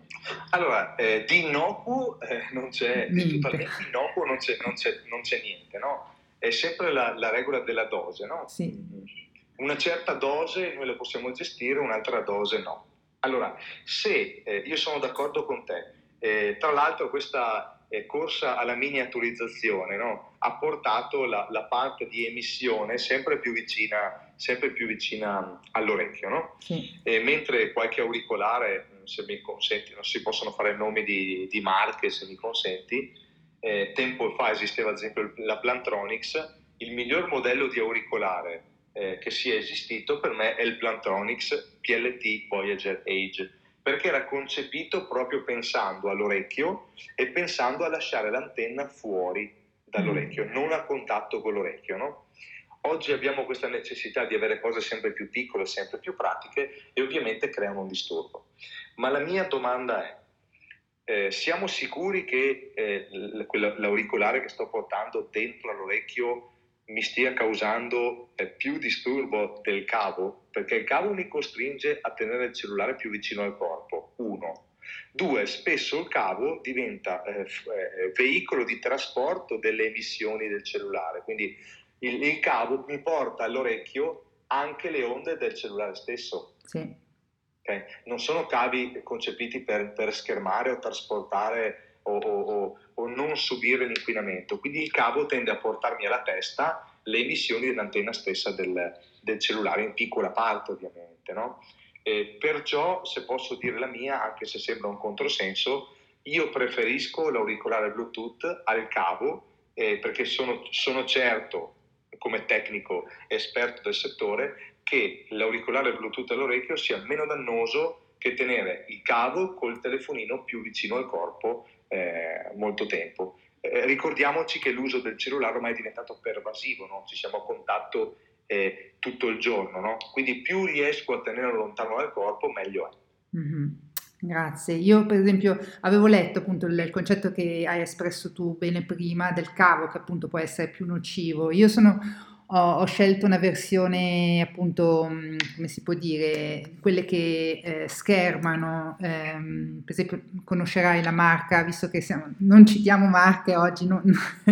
Allora, eh, di innocuo eh, non c'è, di Niente. totalmente innocuo non c'è, non c'è, non c'è niente, no? È sempre la, la regola della dose, no? Sì. Una certa dose noi la possiamo gestire, un'altra dose no. Allora, se eh, io sono d'accordo con te, eh, tra l'altro questa eh, corsa alla miniaturizzazione, no, ha portato la, la parte di emissione sempre più vicina, sempre più vicina all'orecchio, no? Sì. E mentre qualche auricolare, se mi consenti, non si possono fare nomi di, di marche, se mi consenti, eh, tempo fa esisteva ad esempio la Plantronics, il miglior modello di auricolare eh, che sia esistito per me è il Plantronics P L T Voyager Age, perché era concepito proprio pensando all'orecchio e pensando a lasciare l'antenna fuori dall'orecchio, mm. non a contatto con l'orecchio, no? Oggi abbiamo questa necessità di avere cose sempre più piccole, sempre più pratiche e ovviamente creano un disturbo. Ma la mia domanda è, eh, siamo sicuri che eh, l'auricolare che sto portando dentro all'orecchio mi stia causando eh, più disturbo del cavo? Perché il cavo mi costringe a tenere il cellulare più vicino al corpo, uno. Due, spesso il cavo diventa eh, eh, veicolo di trasporto delle emissioni del cellulare, quindi il, il cavo mi porta all'orecchio anche le onde del cellulare stesso. Sì. Okay? Non sono cavi concepiti per, per schermare o trasportare o, o, o non subire l'inquinamento, quindi il cavo tende a portarmi alla testa le emissioni dell'antenna stessa del, del cellulare, in piccola parte ovviamente, no? E perciò, se posso dire la mia, anche se sembra un controsenso, io preferisco l'auricolare Bluetooth al cavo eh, perché sono, sono certo, come tecnico esperto del settore, che l'auricolare Bluetooth all'orecchio sia meno dannoso che tenere il cavo col telefonino più vicino al corpo eh, molto tempo. Eh, ricordiamoci che l'uso del cellulare ormai è diventato pervasivo, no? Ci siamo a contatto eh, tutto il giorno, no? Quindi più riesco a tenerlo lontano dal corpo, meglio è. Mm-hmm. Grazie. Io per esempio avevo letto appunto il, il concetto che hai espresso tu bene prima del cavo, che appunto può essere più nocivo. Io sono, ho, ho scelto una versione appunto, mh, come si può dire, quelle che eh, schermano, ehm, per esempio conoscerai la marca, visto che siamo, non citiamo marche oggi, non,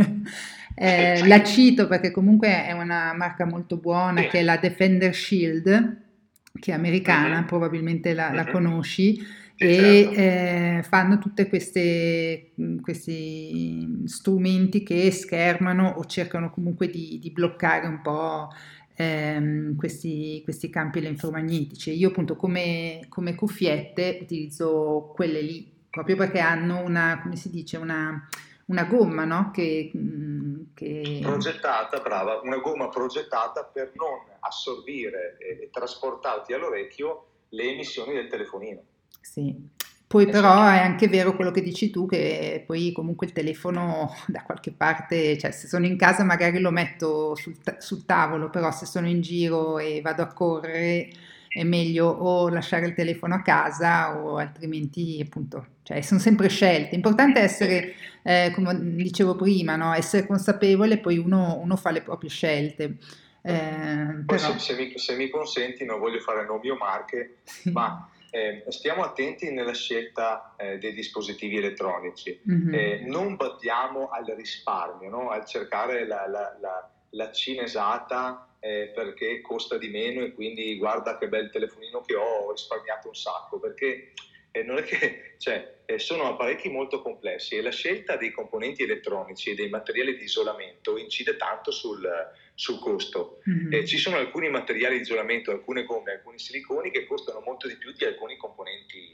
eh, la cito perché comunque è una marca molto buona, che è la Defender Shield, che è americana, uh-huh. probabilmente la, uh-huh. la conosci. E eh, fanno tutte queste questi strumenti che schermano o cercano comunque di, di bloccare un po' ehm, questi, questi campi elettromagnetici. Io appunto come, come cuffiette utilizzo quelle lì proprio perché hanno una, come si dice, una, una gomma, no? Che, che... progettata, brava, una gomma progettata per non assorbire e trasportarti all'orecchio le emissioni del telefonino. Sì, poi però è anche vero quello che dici tu, che poi comunque il telefono da qualche parte, cioè se sono in casa magari lo metto sul, sul tavolo, però se sono in giro e vado a correre è meglio o lasciare il telefono a casa o altrimenti appunto, cioè sono sempre scelte. L'importante è essere, eh, come dicevo prima, no? Essere consapevole e poi uno, uno fa le proprie scelte. Eh, poi però... se, se, mi, se mi consenti, non voglio fare nomi o marche, sì. ma... Eh, stiamo attenti nella scelta eh, dei dispositivi elettronici, mm-hmm. eh, non battiamo al risparmio, no? Al cercare la, la, la, la cinesata eh, perché costa di meno e quindi guarda che bel telefonino che ho, ho risparmiato un sacco, perché eh, non è che, cioè, eh, sono apparecchi molto complessi e la scelta dei componenti elettronici e dei materiali di isolamento incide tanto sul, sul costo. Mm-hmm. Eh, ci sono alcuni materiali di isolamento, alcune gomme, alcuni siliconi che costano molto di più di alcuni componenti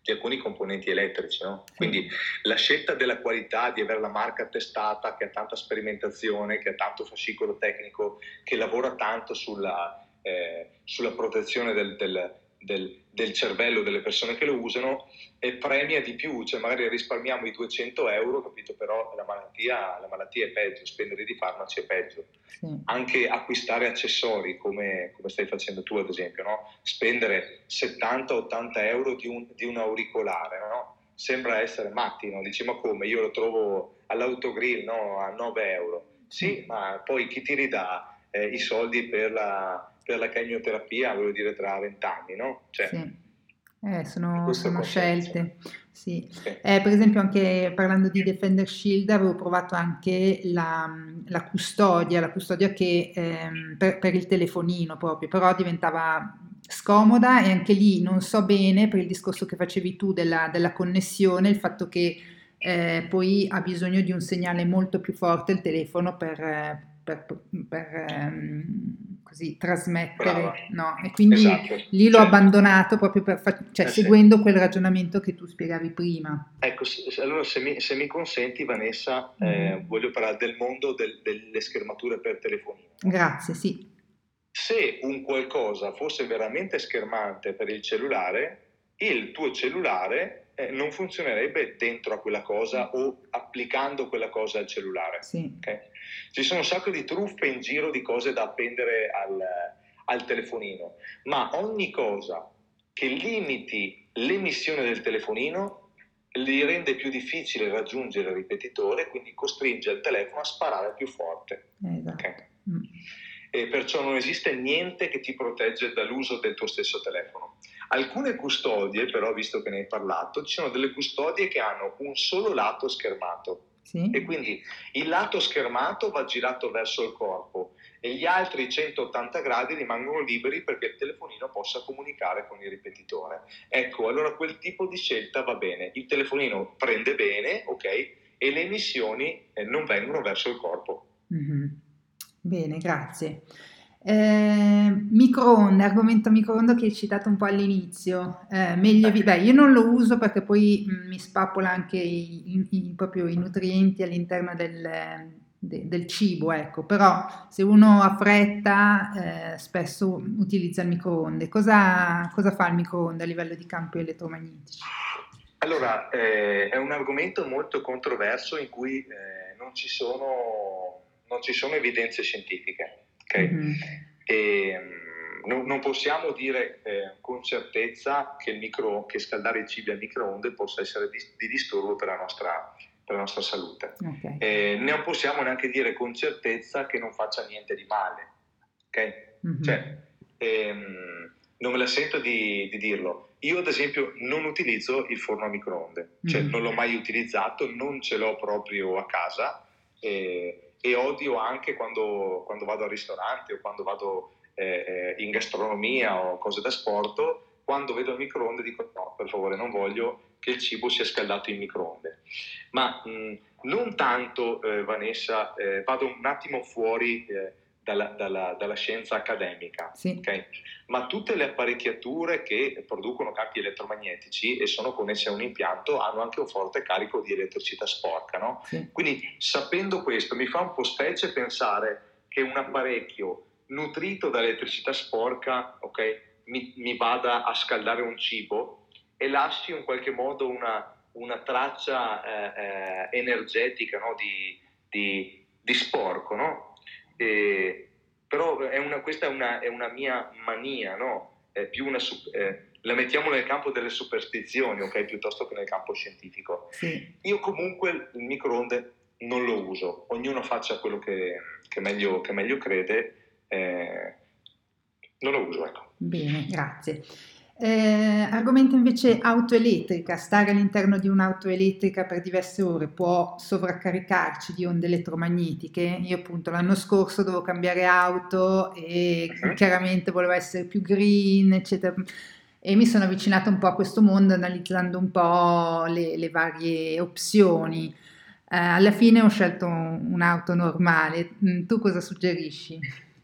di alcuni componenti elettrici, no? Sì. Quindi la scelta della qualità, di avere la marca testata, che ha tanta sperimentazione, che ha tanto fascicolo tecnico, che lavora tanto sulla, eh, sulla protezione del, del, del, del cervello delle persone che lo usano, e premia di più, cioè magari risparmiamo i duecento euro, capito? Però la malattia, la malattia è peggio, spendere di farmaci è peggio. Sì. Anche acquistare accessori, come, come stai facendo tu ad esempio, no? Spendere settanta ottanta euro di un, di un auricolare, no? Sembra essere matti, no? Dici, ma come? Io lo trovo all'autogrill, no? A nove euro. Sì, Sì. ma poi chi ti ridà eh, i soldi per la, per la chemioterapia, voglio dire, tra vent'anni, no? Cioè, Sì. Eh, sono, questo sono concetto. scelte, sì. Sì. Eh, per esempio anche parlando di Defender Shield avevo provato anche la, la custodia, la custodia che ehm, per, per il telefonino proprio, però diventava scomoda, e anche lì non so bene per il discorso che facevi tu della, della connessione, il fatto che eh, poi ha bisogno di un segnale molto più forte il telefono per, eh, per, per, ehm, così trasmettere, Brava. no? E quindi Esatto. lì l'ho Cioè, abbandonato proprio per fa- cioè, eh sì. seguendo quel ragionamento che tu spiegavi prima. Ecco, se- se- allora se mi, se mi consenti Vanessa, eh, Mhm. voglio parlare del mondo del- delle schermature per telefonino. no? Grazie, sì. Se un qualcosa fosse veramente schermante per il cellulare, il tuo cellulare eh, non funzionerebbe dentro a quella cosa o applicando quella cosa al cellulare. Sì. ok? Ci sono un sacco di truffe in giro di cose da appendere al, al telefonino, ma ogni cosa che limiti l'emissione del telefonino gli rende più difficile raggiungere il ripetitore, quindi costringe il telefono a sparare più forte. Esatto. ok? Mm. E perciò non esiste niente che ti protegge dall'uso del tuo stesso telefono. Alcune custodie, però, visto che ne hai parlato, ci sono delle custodie che hanno un solo lato schermato. Sì. E quindi il lato schermato va girato verso il corpo e gli altri centottanta gradi rimangono liberi perché il telefonino possa comunicare con il ripetitore. Ecco, allora quel tipo di scelta va bene. Il telefonino prende bene, ok? E le emissioni eh, non vengono verso il corpo. Mhm. Bene, grazie. Eh, microonde, argomento microonde che hai citato un po' all'inizio. Eh, meglio evi- beh, io non lo uso perché poi mh, mi spappola anche i, i- i- proprio i nutrienti all'interno del, de- del cibo, ecco. Però se uno ha fretta, eh, spesso utilizza il microonde. Cosa, cosa fa il microonde a livello di campi elettromagnetici? Allora, eh, è un argomento molto controverso in cui eh, non, ci sono, non ci sono evidenze scientifiche, ok? Mhm. E, mh, non, non possiamo dire eh, con certezza che, il micro, che scaldare i cibi al microonde possa essere di, di disturbo per la nostra, per la nostra salute. Ok. Eh, non possiamo neanche dire con certezza che non faccia niente di male, ok? Mhm. Cioè, ehm, non me la sento di, di dirlo. Io ad esempio non utilizzo il forno a microonde, cioè Mhm. non l'ho mai utilizzato, non ce l'ho proprio a casa eh, e odio anche quando, quando vado al ristorante o quando vado eh, in gastronomia o cose da sport, quando vedo il microonde dico no, per favore non voglio che il cibo sia scaldato in microonde. Ma mh, non tanto, eh, Vanessa, eh, vado un attimo fuori eh, dalla, dalla, dalla scienza accademica, Sì. okay? Ma tutte le apparecchiature che producono campi elettromagnetici e sono connesse a un impianto hanno anche un forte carico di elettricità sporca, no? Sì. Quindi sapendo questo mi fa un po' specie pensare che un apparecchio nutrito da elettricità sporca, ok, mi, mi vada a scaldare un cibo e lasci in qualche modo una, una traccia eh, eh, energetica, no? di, di, di sporco, no? E, però è una, questa è una, è una mia mania, no? È più una, eh, la mettiamo nel campo delle superstizioni, ok? Piuttosto che nel campo scientifico. Sì. Io comunque il microonde non lo uso, ognuno faccia quello che, che, meglio, che meglio crede, eh, non lo uso, ecco. Bene, grazie. Eh, argomento invece auto elettrica. Stare all'interno di un'auto elettrica per diverse ore può sovraccaricarci di onde elettromagnetiche. Io appunto l'anno scorso dovevo cambiare auto e Uh-huh. chiaramente volevo essere più green, eccetera. E mi sono avvicinata un po' a questo mondo analizzando un po' le, le varie opzioni. Eh, alla fine ho scelto un'auto normale. Mm, Tu cosa suggerisci?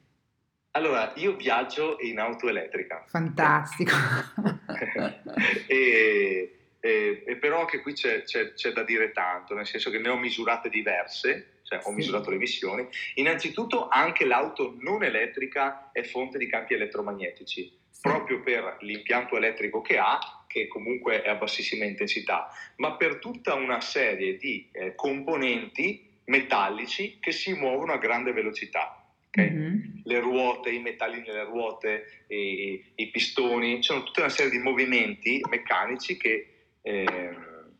Allora, io viaggio in auto elettrica. Fantastico. e, eh, e però anche qui c'è, c'è, c'è da dire tanto, nel senso che ne ho misurate diverse, cioè ho Sì. misurato le emissioni. Innanzitutto anche l'auto non elettrica è fonte di campi elettromagnetici, sì, proprio per l'impianto elettrico che ha, che comunque è a bassissima intensità, ma per tutta una serie di eh, componenti metallici che si muovono a grande velocità. Okay? Mm-hmm. Le ruote, i metalli nelle ruote, i, i pistoni, ci sono tutta una serie di movimenti meccanici che, eh,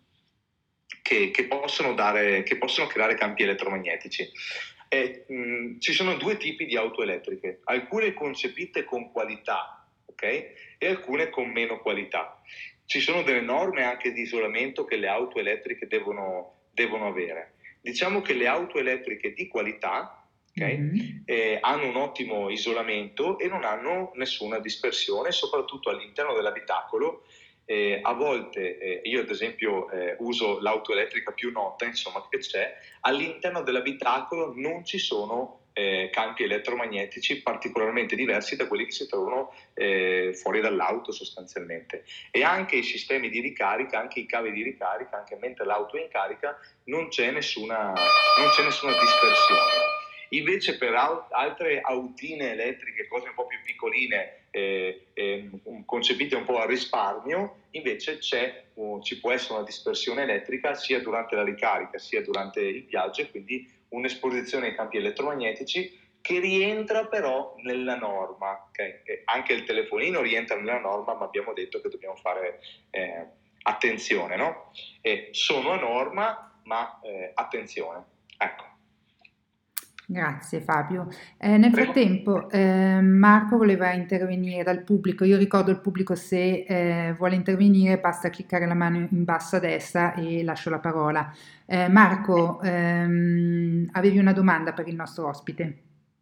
che, che, possono dare, che possono creare campi elettromagnetici. E, mh, ci sono due tipi di auto elettriche, alcune concepite con qualità, okay? E alcune con meno qualità. Ci sono delle norme anche di isolamento che le auto elettriche devono, devono avere. Diciamo che le auto elettriche di qualità, okay, mm-hmm. eh, hanno un ottimo isolamento e non hanno nessuna dispersione, soprattutto all'interno dell'abitacolo. Eh, a volte, eh, io ad esempio eh, uso l'auto elettrica più nota, insomma, che c'è, all'interno dell'abitacolo non ci sono eh, campi elettromagnetici particolarmente diversi da quelli che si trovano eh, fuori dall'auto sostanzialmente. E anche i sistemi di ricarica, anche i cavi di ricarica, anche mentre l'auto è in carica, non c'è nessuna, non c'è nessuna dispersione. Invece per aut- altre autine elettriche, cose un po' più piccoline, eh, eh, concepite un po' a risparmio, invece c'è, uh, ci può essere una dispersione elettrica sia durante la ricarica sia durante il viaggio, e quindi un'esposizione ai campi elettromagnetici che rientra però nella norma. Okay? Anche il telefonino rientra nella norma, ma abbiamo detto che dobbiamo fare eh, attenzione, no? E sono a norma, ma eh, attenzione. Ecco. Grazie Fabio. Eh, nel Prego. frattempo eh, Marco voleva intervenire dal pubblico. Io ricordo il pubblico, se eh, vuole intervenire basta cliccare la mano in basso a destra e lascio la parola. Eh, Marco, ehm, avevi una domanda per il nostro ospite?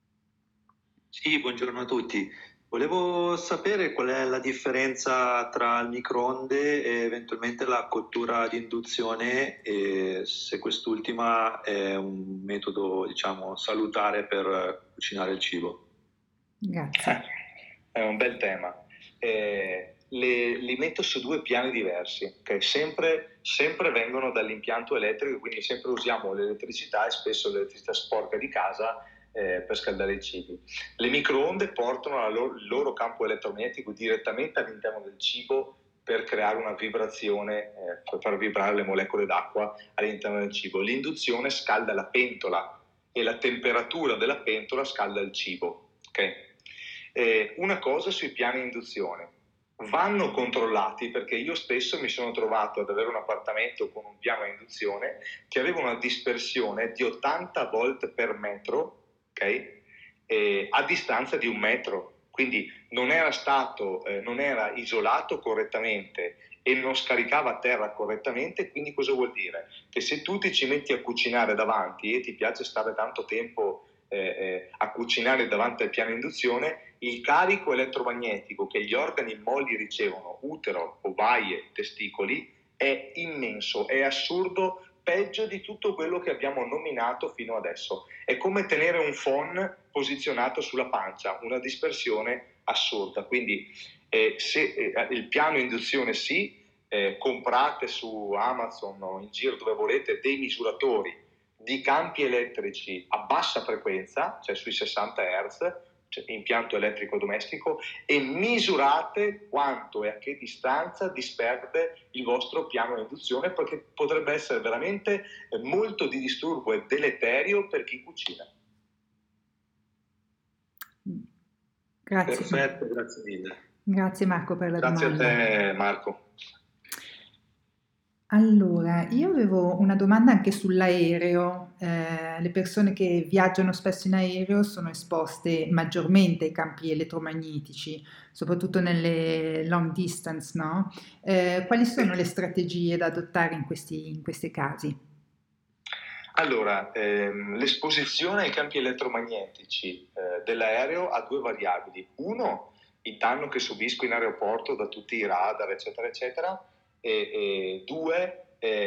Sì, buongiorno a tutti. Volevo sapere qual è la differenza tra il microonde e eventualmente la cottura ad induzione, e se quest'ultima è un metodo, diciamo, salutare per cucinare il cibo. Grazie. È un bel tema. Eh, le, li metto su due piani diversi, che sempre, sempre vengono dall'impianto elettrico, quindi sempre usiamo l'elettricità, e spesso l'elettricità sporca di casa, eh, per scaldare i cibi. Le microonde portano loro, il loro campo elettromagnetico direttamente all'interno del cibo per creare una vibrazione, eh, per far vibrare le molecole d'acqua all'interno del cibo. L'induzione scalda la pentola e la temperatura della pentola scalda il cibo. Okay? Eh, una cosa sui piani induzione: vanno controllati, perché io stesso mi sono trovato ad avere un appartamento con un piano a induzione che aveva una dispersione di ottanta volt per metro, okay? eh, a distanza di un metro, quindi non era stato, eh, non era isolato correttamente e non scaricava a terra correttamente. Quindi cosa vuol dire? Che se tu ti ci metti a cucinare davanti e ti piace stare tanto tempo eh, eh, a cucinare davanti al piano induzione, il carico elettromagnetico che gli organi molli ricevono, utero, ovaie, testicoli, è immenso, è assurdo, peggio di tutto quello che abbiamo nominato fino adesso. È come tenere un phon posizionato sulla pancia, una dispersione assurda. Quindi eh, se eh, il piano induzione sì, eh, comprate su Amazon o in giro dove volete dei misuratori di campi elettrici a bassa frequenza, cioè sui sessanta hertz, cioè impianto elettrico domestico, e misurate quanto e a che distanza disperde il vostro piano di induzione, perché potrebbe essere veramente molto di disturbo e deleterio per chi cucina. Grazie. Perfetto, grazie mille. Grazie Marco per la Grazie domanda. Grazie a te Marco. Allora, io avevo una domanda anche sull'aereo. Eh, le persone che viaggiano spesso in aereo sono esposte maggiormente ai campi elettromagnetici, soprattutto nelle long distance, no? Eh, quali sono le strategie da adottare in questi, in questi casi? Allora, ehm, l'esposizione ai campi elettromagnetici eh, dell'aereo ha due variabili. Uno, il danno che subisco in aeroporto da tutti i radar, eccetera, eccetera. E, e due, eh,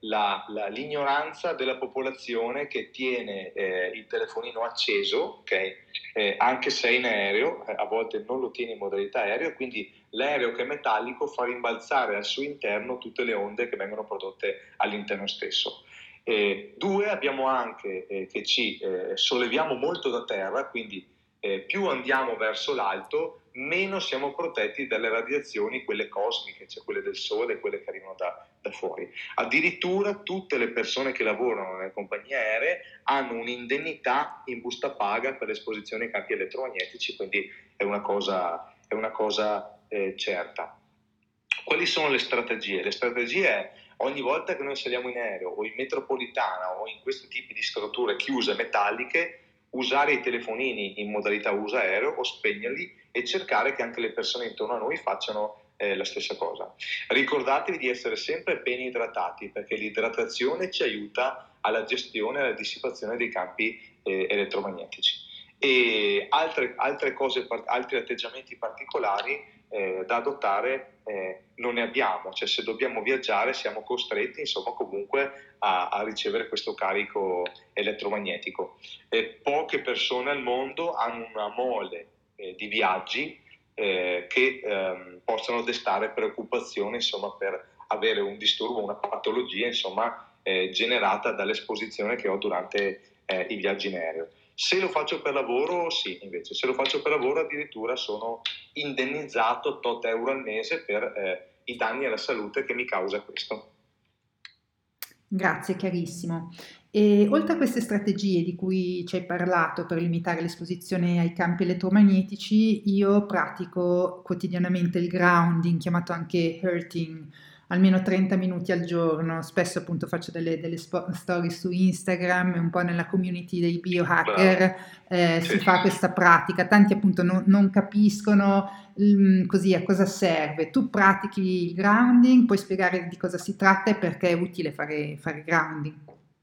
la, la, l'ignoranza della popolazione che tiene eh, il telefonino acceso, okay? eh, anche se è in aereo, eh, a volte non lo tiene in modalità aereo, e quindi l'aereo che è metallico fa rimbalzare al suo interno tutte le onde che vengono prodotte all'interno stesso. Eh, due, abbiamo anche eh, che ci eh, solleviamo molto da terra, quindi eh, più andiamo verso l'alto, meno siamo protetti dalle radiazioni, quelle cosmiche, cioè quelle del sole, quelle che arrivano da, da fuori. Addirittura tutte le persone che lavorano nelle compagnie aeree hanno un'indennità in busta paga per l'esposizione ai campi elettromagnetici, quindi è una cosa, è una cosa eh, certa. Quali sono le strategie? Le strategie è ogni volta che noi saliamo in aereo o in metropolitana o in questi tipi di strutture chiuse metalliche, usare i telefonini in modalità uso aereo o spegnerli e cercare che anche le persone intorno a noi facciano eh, la stessa cosa. Ricordatevi di essere sempre ben idratati, perché l'idratazione ci aiuta alla gestione e alla dissipazione dei campi eh, elettromagnetici. E altre, altre cose, altri atteggiamenti particolari eh, da adottare eh, non ne abbiamo, cioè se dobbiamo viaggiare siamo costretti insomma comunque a, a ricevere questo carico elettromagnetico. E poche persone al mondo hanno una mole eh, di viaggi eh, che ehm, possono destare preoccupazione insomma per avere un disturbo, una patologia insomma eh, generata dall'esposizione che ho durante eh, i viaggi in aereo. Se lo faccio per lavoro, sì, invece, se lo faccio per lavoro addirittura sono indennizzato tot euro al mese per eh, i danni alla salute che mi causa questo. Grazie, chiarissimo. E oltre a queste strategie di cui ci hai parlato per limitare l'esposizione ai campi elettromagnetici, io pratico quotidianamente il grounding, chiamato anche earthing, almeno trenta minuti al giorno. Spesso appunto faccio delle, delle spo- storie su Instagram, un po' nella community dei biohacker eh, si fa questa pratica. Tanti appunto non, non capiscono mm, così a cosa serve. Tu pratichi il grounding, puoi spiegare di cosa si tratta e perché è utile fare, fare grounding?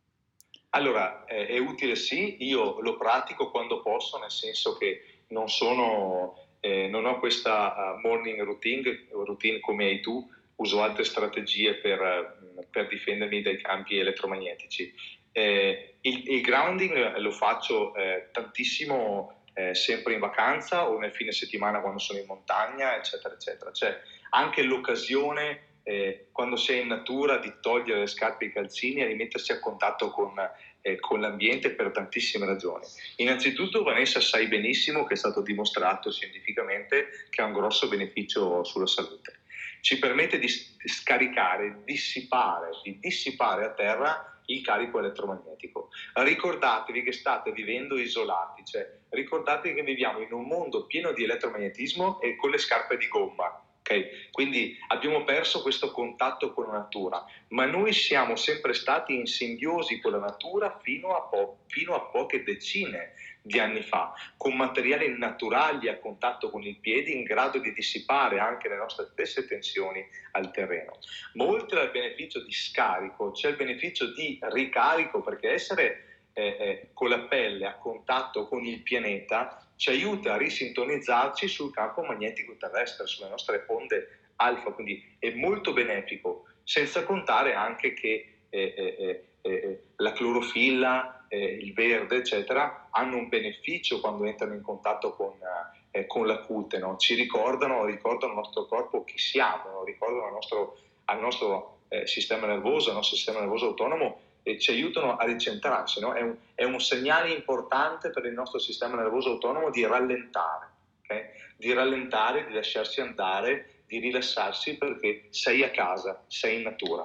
Allora, eh, è utile sì, io lo pratico quando posso, nel senso che non sono, eh, non ho questa uh, morning routine, routine come hai tu, uso altre strategie per, per difendermi dai campi elettromagnetici. Eh, il, il grounding lo faccio eh, tantissimo eh, sempre in vacanza o nel fine settimana quando sono in montagna, eccetera, eccetera. C'è anche l'occasione eh, quando si è in natura di togliere le scarpe e i calzini e rimettersi a contatto con, eh, con l'ambiente per tantissime ragioni. Innanzitutto, Vanessa, sai benissimo che è stato dimostrato scientificamente che ha un grosso beneficio sulla salute. Ci permette di scaricare, dissipare, di dissipare a terra il carico elettromagnetico. Ricordatevi che state vivendo isolati, cioè ricordatevi che viviamo in un mondo pieno di elettromagnetismo e con le scarpe di gomma. Okay? Quindi abbiamo perso questo contatto con la natura, ma noi siamo sempre stati in simbiosi con la natura fino a, po- fino a poche decine di anni fa, con materiali naturali a contatto con il piede in grado di dissipare anche le nostre stesse tensioni al terreno. Ma oltre al beneficio di scarico c'è il beneficio di ricarico, perché essere eh, eh, con la pelle a contatto con il pianeta ci aiuta a risintonizzarci sul campo magnetico terrestre, sulle nostre onde alfa, quindi è molto benefico, senza contare anche che eh, eh, eh, la clorofilla, eh, il verde, eccetera, hanno un beneficio quando entrano in contatto con, eh, con la cute, no? Ci ricordano, ricordano al nostro corpo chi siamo, no? Ricordano al nostro, al nostro eh, sistema nervoso, al nostro sistema nervoso autonomo, e ci aiutano a ricentrarsi, no? È un, è un segnale importante per il nostro sistema nervoso autonomo di rallentare, okay? Di rallentare, di lasciarsi andare, di rilassarsi, perché sei a casa, sei in natura.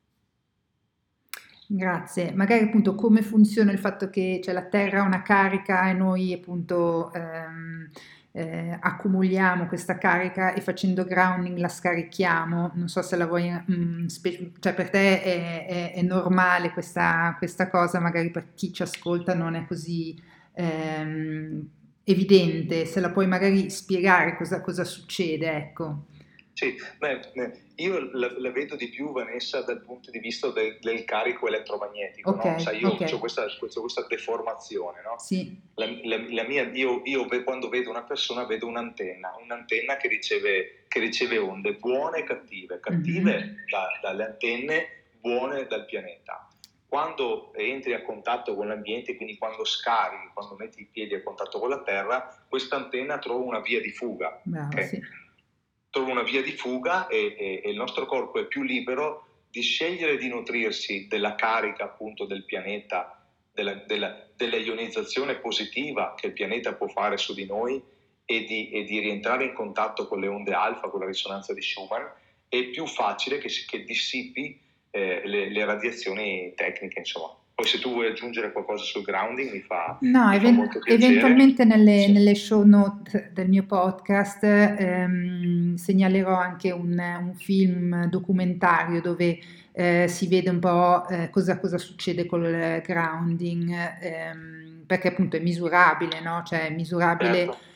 Grazie. Magari appunto come funziona il fatto che cioè, la Terra ha una carica e noi appunto ehm, eh, accumuliamo questa carica e facendo grounding la scarichiamo. Non so se la vuoi, mm, spe- cioè per te è, è- è normale questa, questa cosa, magari per chi ci ascolta non è così ehm, evidente. Se la puoi magari spiegare cosa, cosa succede, ecco. Sì, beh, io la, la vedo di più, Vanessa, dal punto di vista del, del carico elettromagnetico, Ok, no? Sai, io ok, ho questa, questa, questa deformazione, no? sì. La, la, la mia, io, io ve- quando vedo una persona vedo un'antenna, un'antenna che riceve, che riceve onde buone e cattive, cattive Mhm. da- dalle antenne, buone dal pianeta. Quando entri a contatto con l'ambiente, quindi quando scarichi, quando metti i piedi a contatto con la terra, questa antenna trova una via di fuga. Bravo, okay? sì. Trova una via di fuga e, e, e il nostro corpo è più libero di scegliere di nutrirsi della carica appunto del pianeta, della, della, della ionizzazione positiva che il pianeta può fare su di noi e di, e di rientrare in contatto con le onde alfa, con la risonanza di Schumann. È più facile che, che dissipi eh, le, le radiazioni tecniche, insomma. Poi se tu vuoi aggiungere qualcosa sul grounding mi fa, No, mi fa even- molto piacere. eventualmente nelle, Sì. nelle show note del mio podcast ehm, segnalerò anche un, un film documentario dove eh, si vede un po' eh, cosa, cosa succede col grounding, ehm, perché appunto è misurabile, no? Cioè è misurabile Certo.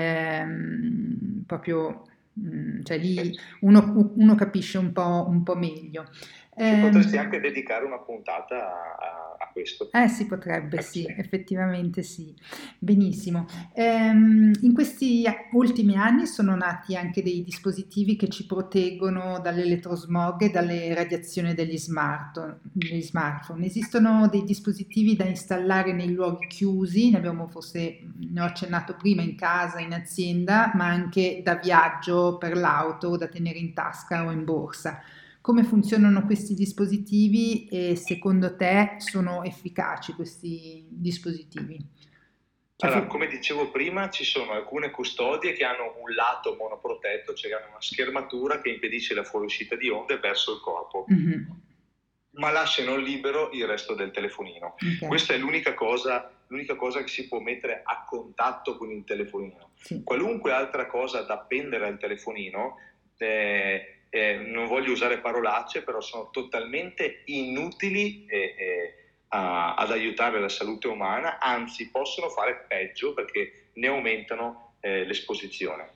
ehm, proprio, mm, cioè lì uno, uno capisce un po', un po' meglio. Ci potresti Ehm, anche dedicare una puntata a, a- a questo. Eh, si potrebbe, Eh, sì, sì. effettivamente sì. Benissimo. Ehm, in questi ultimi anni sono nati anche dei dispositivi che ci proteggono dall'elettrosmog e dalle radiazioni degli smart- degli smartphone. Esistono dei dispositivi da installare nei luoghi chiusi, ne abbiamo forse, ne ho accennato prima, in casa, in azienda, ma anche da viaggio per l'auto, da tenere in tasca o in borsa. Come funzionano questi dispositivi e secondo te sono efficaci questi dispositivi? Cioè, Allora, fu- come dicevo prima, ci sono alcune custodie che hanno un lato monoprotetto, cioè hanno una schermatura che impedisce la fuoriuscita di onde verso il corpo, Mhm, ma lasciano libero il resto del telefonino. ok, Questa è l'unica cosa, l'unica cosa che si può mettere a contatto con il telefonino. sì. Qualunque altra cosa da appendere al telefonino, eh, eh, non voglio usare parolacce, però sono totalmente inutili eh, eh, a- ad aiutare la salute umana, anzi possono fare peggio perché ne aumentano eh, l'esposizione.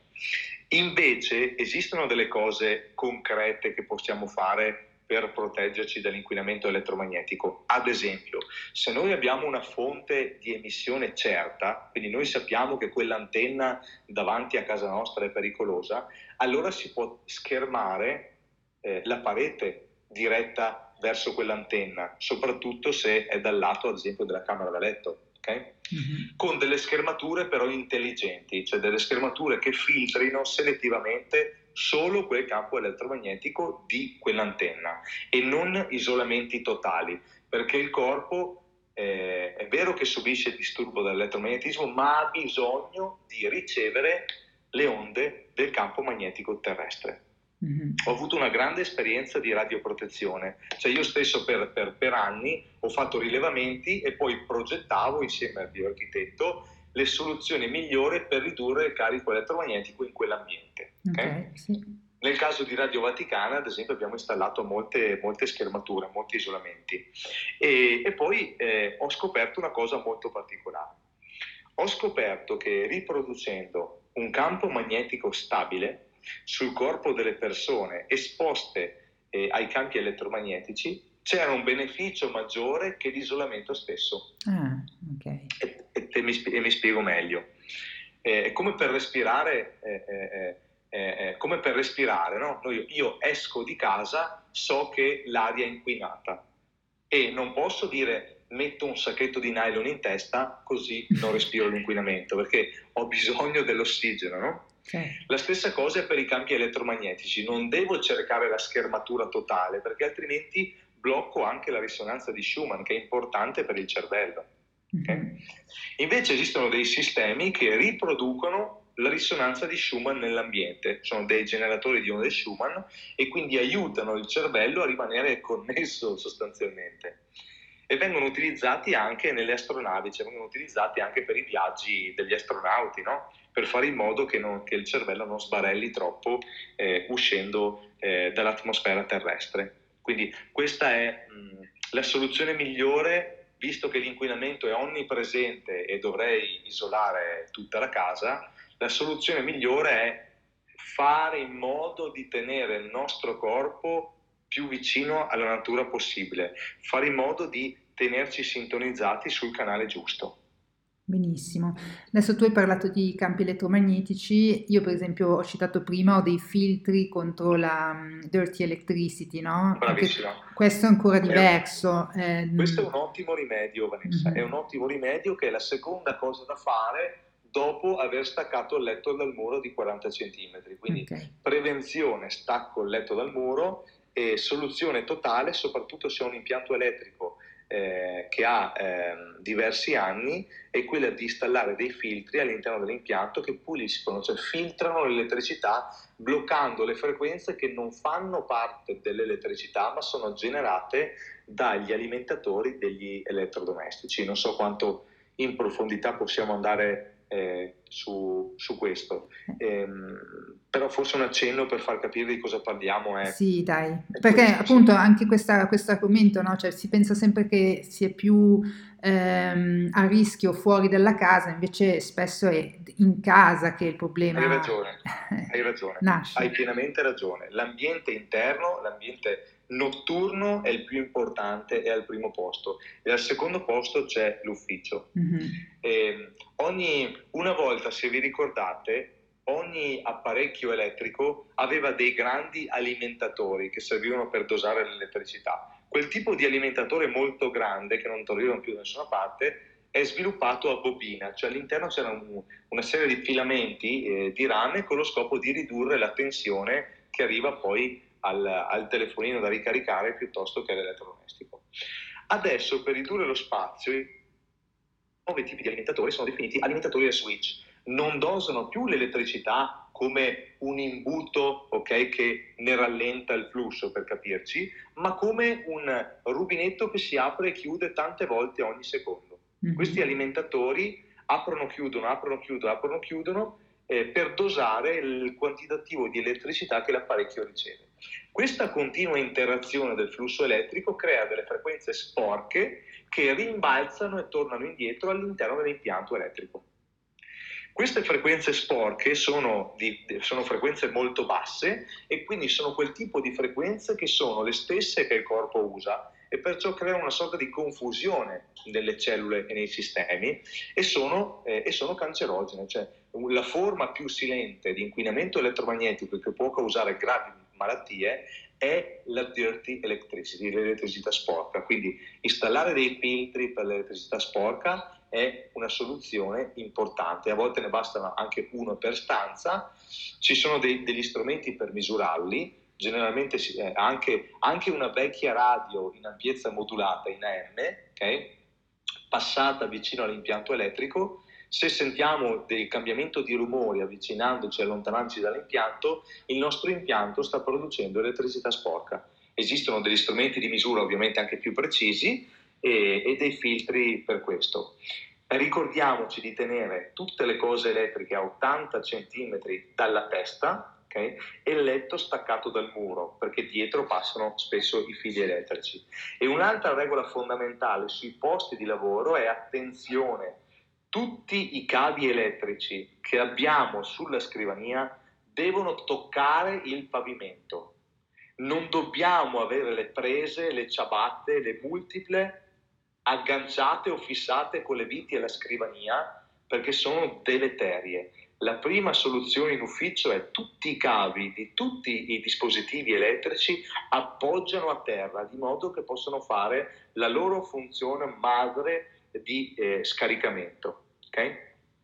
Invece esistono delle cose concrete che possiamo fare per proteggerci dall'inquinamento elettromagnetico. Ad esempio, se noi abbiamo una fonte di emissione certa, quindi noi sappiamo che quell'antenna davanti a casa nostra è pericolosa, allora si può schermare eh, la parete diretta verso quell'antenna, soprattutto se è dal lato, ad esempio, della camera da letto. Okay? Mhm, Con delle schermature però intelligenti, cioè delle schermature che filtrino selettivamente solo quel campo elettromagnetico di quell'antenna e non isolamenti totali, perché il corpo eh, è vero che subisce il disturbo dell'elettromagnetismo, ma ha bisogno di ricevere le onde del campo magnetico terrestre. mhm. Ho avuto una grande esperienza di radioprotezione, cioè io stesso per, per, per anni ho fatto rilevamenti e poi progettavo insieme al bioarchitetto le soluzioni migliori per ridurre il carico elettromagnetico in quell'ambiente. Okay? Ok, sì. Nel caso di Radio Vaticana, ad esempio, abbiamo installato molte, molte schermature, molti isolamenti e, e poi eh, ho scoperto una cosa molto particolare. Ho scoperto che riproducendo un campo magnetico stabile sul corpo delle persone esposte eh, ai campi elettromagnetici c'era un beneficio maggiore che l'isolamento stesso. Ah, ok. E, e, e, mi, e mi spiego meglio. Eh, è come per respirare, eh, eh, eh, eh, come per respirare, no? Io, io esco di casa, so che l'aria è inquinata e non posso dire metto un sacchetto di nylon in testa così non respiro l'inquinamento, perché ho bisogno dell'ossigeno, no? Certo. La stessa cosa è per i campi elettromagnetici, non devo cercare la schermatura totale perché altrimenti blocco anche la risonanza di Schumann, che è importante per il cervello. Okay? Mhm. Invece esistono dei sistemi che riproducono la risonanza di Schumann nell'ambiente, sono dei generatori di onde Schumann e quindi aiutano il cervello a rimanere connesso sostanzialmente. E vengono utilizzati anche nelle astronavi, cioè vengono utilizzati anche per i viaggi degli astronauti, no? Per fare in modo che, non, che il cervello non sbarelli troppo eh, uscendo eh, dall'atmosfera terrestre. Quindi questa è mh, la soluzione migliore, visto che l'inquinamento è onnipresente e dovrei isolare tutta la casa. La soluzione migliore è fare in modo di tenere il nostro corpo più vicino alla natura possibile, fare in modo di tenerci sintonizzati sul canale giusto. Benissimo. Adesso tu hai parlato di campi elettromagnetici, io per esempio ho citato prima, ho dei filtri contro la mm, dirty electricity, no? Anche Bravissima. questo è ancora È un- diverso. eh, questo è mm, un ottimo rimedio, Vanessa, è un mhm. ottimo rimedio che è la seconda cosa da fare dopo aver staccato il letto dal muro di quaranta centimetri. Quindi Ok. prevenzione, stacco il letto dal muro e soluzione totale, soprattutto se ho un impianto elettrico eh, che ha ehm, diversi anni, è quella di installare dei filtri all'interno dell'impianto che puliscono, cioè filtrano l'elettricità bloccando le frequenze che non fanno parte dell'elettricità ma sono generate dagli alimentatori degli elettrodomestici. Non so quanto in profondità possiamo andare eh, su, su questo, ehm, però forse un accenno per far capire di cosa parliamo è, Sì, dai, è perché questo, sì. appunto anche questa- questo argomento, no? Cioè, si pensa sempre che si è più ehm, a rischio fuori dalla casa, invece spesso è in casa che il Hai problema ragione, hai ragione, hai nasce. pienamente ragione. L'ambiente interno, l'ambiente notturno è il più importante e al primo posto. E al secondo posto c'è l'ufficio. Mhm. E ogni, una volta, se vi ricordate, ogni apparecchio elettrico aveva dei grandi alimentatori che servivano per dosare l'elettricità. Quel tipo di alimentatore molto grande, che non trovavano più da nessuna parte, è sviluppato a bobina, cioè all'interno c'era un, una serie di filamenti eh, di rame con lo scopo di ridurre la tensione che arriva poi al, al telefonino da ricaricare piuttosto che all'elettrodomestico. Adesso, per ridurre lo spazio, i nuovi tipi di alimentatori sono definiti alimentatori a switch. Non dosano più l'elettricità come un imbuto, ok, che ne rallenta il flusso, per capirci, ma come un rubinetto che si apre e chiude tante volte ogni secondo. Mhm. Questi alimentatori aprono, chiudono, aprono, chiudono, aprono, chiudono eh, per dosare il quantitativo di elettricità che l'apparecchio riceve. Questa continua interazione del flusso elettrico crea delle frequenze sporche che rimbalzano e tornano indietro all'interno dell'impianto elettrico. Queste frequenze sporche sono, di, sono frequenze molto basse e quindi sono quel tipo di frequenze che sono le stesse che il corpo usa e perciò creano una sorta di confusione nelle cellule e nei sistemi e sono, eh, e sono cancerogene, cioè la forma più silente di inquinamento elettromagnetico che può causare gravi malattie è la dirty electricity, l'elettricità sporca. Quindi installare dei filtri per l'elettricità sporca è una soluzione importante, a volte ne bastano anche uno per stanza, ci sono dei, degli strumenti per misurarli, generalmente eh, anche, anche una vecchia radio in ampiezza modulata in A M, okay, passata vicino all'impianto elettrico, se sentiamo del cambiamento di rumori avvicinandoci e allontanandoci dall'impianto, il nostro impianto sta producendo elettricità sporca. Esistono degli strumenti di misura ovviamente anche più precisi e, e dei filtri per questo. Ricordiamoci di tenere tutte le cose elettriche a ottanta centimetri dalla testa, okay, e il letto staccato dal muro, perché dietro passano spesso i fili elettrici. E un'altra regola fondamentale sui posti di lavoro è attenzione, tutti i cavi elettrici che abbiamo sulla scrivania devono toccare il pavimento. Non dobbiamo avere le prese, le ciabatte, le multiple agganciate o fissate con le viti alla scrivania perché sono deleterie. La prima soluzione in ufficio è tutti i cavi di tutti i dispositivi elettrici appoggiano a terra di modo che possano fare la loro funzione madre di eh, scaricamento. Okay?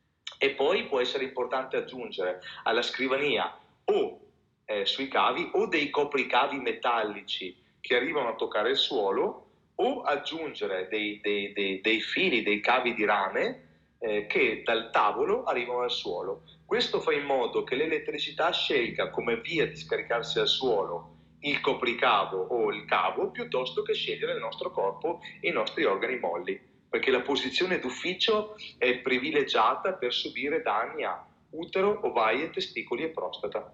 E poi può essere importante aggiungere alla scrivania o eh, sui cavi o dei copricavi metallici che arrivano a toccare il suolo o aggiungere dei, dei, dei, dei fili, dei cavi di rame eh, che dal tavolo arrivano al suolo. Questo fa in modo che l'elettricità scelga come via di scaricarsi al suolo il copricavo o il cavo piuttosto che scegliere il nostro corpo e i nostri organi molli, perché la posizione d'ufficio è privilegiata per subire danni a utero, ovaie, testicoli e prostata.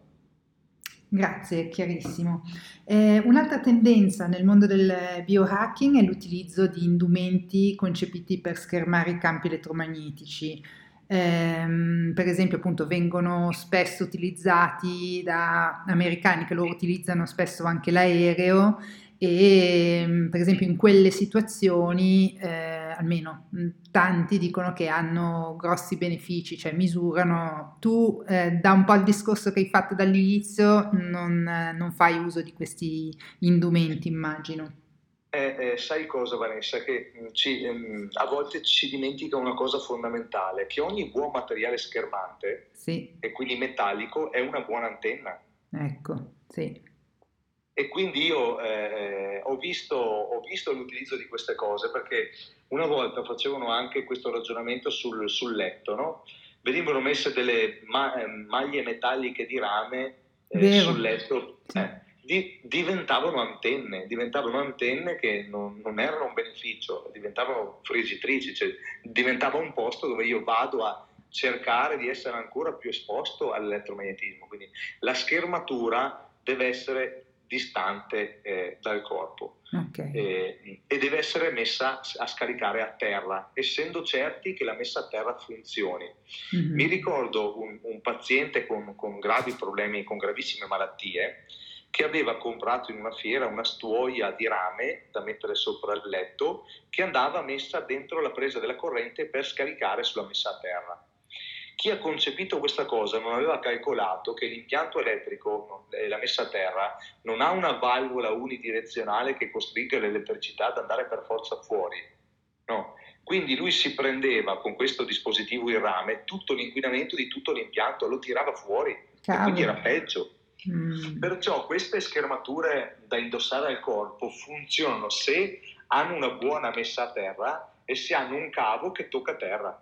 Grazie, chiarissimo. Eh, un'altra tendenza nel mondo del biohacking è l'utilizzo di indumenti concepiti per schermare i campi elettromagnetici. Ehm, per esempio, appunto, vengono spesso utilizzati da americani che loro utilizzano spesso anche l'aereo e, per esempio, in quelle situazioni eh, almeno mh, tanti dicono che hanno grossi benefici, cioè misurano. Tu, eh, da un po' il discorso che hai fatto dall'inizio, non, eh, non fai uso di questi indumenti, immagino. Eh, eh, sai cosa, Vanessa? Che mh, ci, ehm, a volte ci dimentica una cosa fondamentale, che ogni buon materiale schermante, Sì, e quindi metallico, è una buona antenna. ecco, sì. E quindi io eh, ho visto, ho visto l'utilizzo di queste cose, perché una volta facevano anche questo ragionamento sul, sul letto, no? Venivano messe delle ma- eh, maglie metalliche di rame eh, sul Vero? letto, Sì. eh, di- diventavano antenne, diventavano antenne che non, non erano un beneficio, diventavano friggitrici, cioè diventava un posto dove io vado a cercare di essere ancora più esposto all'elettromagnetismo. Quindi la schermatura deve essere distante eh, dal corpo Ok. eh, e deve essere messa a scaricare a terra, essendo certi che la messa a terra funzioni. Mhm. Mi ricordo un, un paziente con, con gravi problemi, con gravissime malattie, che aveva comprato in una fiera una stuoia di rame da mettere sopra il letto, che andava messa dentro la presa della corrente per scaricare sulla messa a terra. Chi ha concepito questa cosa non aveva calcolato che l'impianto elettrico, la messa a terra, non ha una valvola unidirezionale che costringa l'elettricità ad andare per forza fuori. No. Quindi lui si prendeva con questo dispositivo in rame tutto l'inquinamento di tutto l'impianto, lo tirava fuori. E quindi era Cavolo. peggio. Mm. Perciò queste schermature da indossare al corpo funzionano se hanno una buona messa a terra e se hanno un cavo che tocca terra.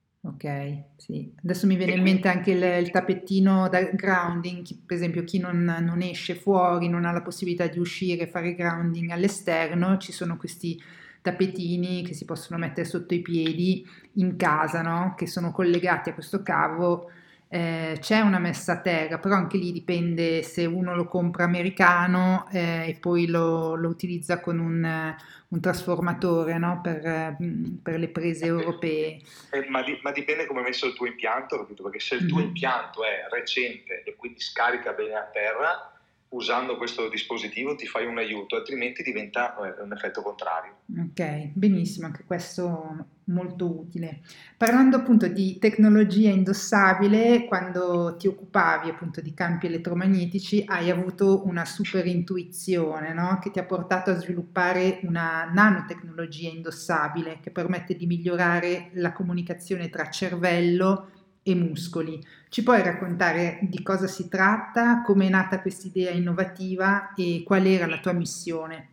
Ok, sì. Adesso mi viene E in quindi mente anche il, il tappettino da grounding, chi- per esempio chi non, non esce fuori, non ha la possibilità di uscire e fare grounding all'esterno, ci sono questi tappetini che si possono mettere sotto i piedi in casa, no? Che sono collegati a questo cavo. Eh, c'è una messa a terra, però anche lì dipende se uno lo compra americano eh, e poi lo, lo utilizza con un, eh, un trasformatore, no? Per, eh, per le prese europee. Eh, ma, di- ma dipende come è messo il tuo impianto, capito? Perché se il tuo Mhm. impianto è recente e quindi scarica bene a terra, usando questo dispositivo ti fai un aiuto, altrimenti diventa eh, un effetto contrario. Ok, benissimo, anche questo molto utile. Parlando appunto di tecnologia indossabile, quando ti occupavi appunto di campi elettromagnetici, hai avuto una super intuizione, no? Che ti ha portato a sviluppare una nanotecnologia indossabile che permette di migliorare la comunicazione tra cervello e muscoli. Ci puoi raccontare di cosa si tratta, come è nata questa idea innovativa e qual era la tua missione?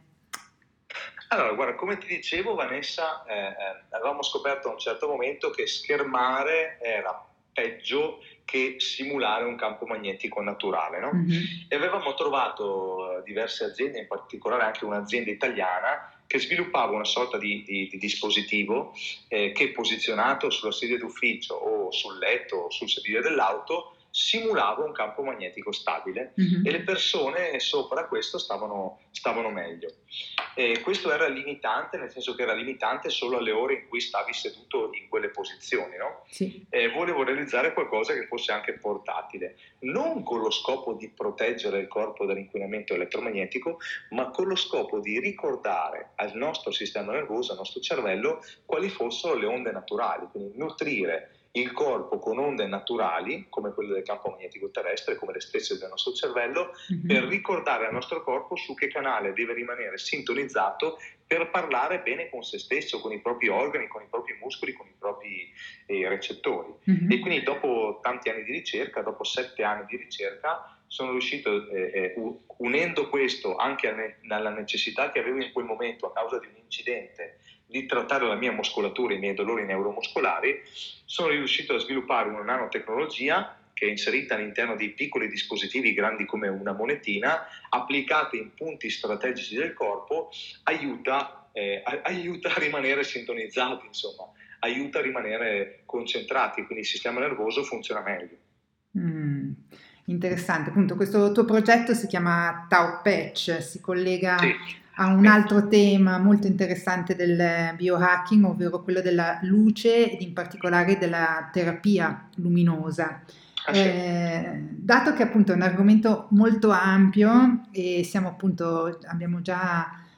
Allora, guarda, come ti dicevo, Vanessa, eh, eh, avevamo scoperto a un certo momento che schermare era peggio che simulare un campo magnetico naturale, no? Mhm. E avevamo trovato eh, diverse aziende, in particolare anche un'azienda italiana, che sviluppava una sorta di, di- di dispositivo eh, che posizionato sulla sedia d'ufficio o sul letto o sul sedile dell'auto simulava un campo magnetico stabile Mhm. e le persone sopra questo stavano, stavano meglio. E questo era limitante, nel senso che era limitante solo alle ore in cui stavi seduto in quelle posizioni, no? Sì. E volevo realizzare qualcosa che fosse anche portatile, non con lo scopo di proteggere il corpo dall'inquinamento elettromagnetico, ma con lo scopo di ricordare al nostro sistema nervoso, al nostro cervello, quali fossero le onde naturali, quindi nutrire il corpo con onde naturali, come quelle del campo magnetico terrestre, come le stesse del nostro cervello, Mhm. per ricordare al nostro corpo su che canale deve rimanere sintonizzato per parlare bene con se stesso, con i propri organi, con i propri muscoli, con i propri eh, recettori. Mhm. E quindi dopo tanti anni di ricerca, dopo sette anni di ricerca, sono riuscito, eh, eh, unendo questo anche alla necessità che avevo in quel momento a causa di un incidente di trattare la mia muscolatura, i miei dolori neuromuscolari, sono riuscito a sviluppare una nanotecnologia che è inserita all'interno di piccoli dispositivi grandi come una monetina, applicata in punti strategici del corpo, aiuta, eh, aiuta a rimanere sintonizzati, insomma, aiuta a rimanere concentrati, quindi il sistema nervoso funziona meglio. Mm, interessante, appunto questo tuo progetto si chiama Tau Patch, si collega Sì. a un altro tema molto interessante del biohacking, ovvero quello della luce ed in particolare della terapia luminosa. Ah, sì. Eh, dato che appunto è un argomento molto ampio e siamo appunto, abbiamo già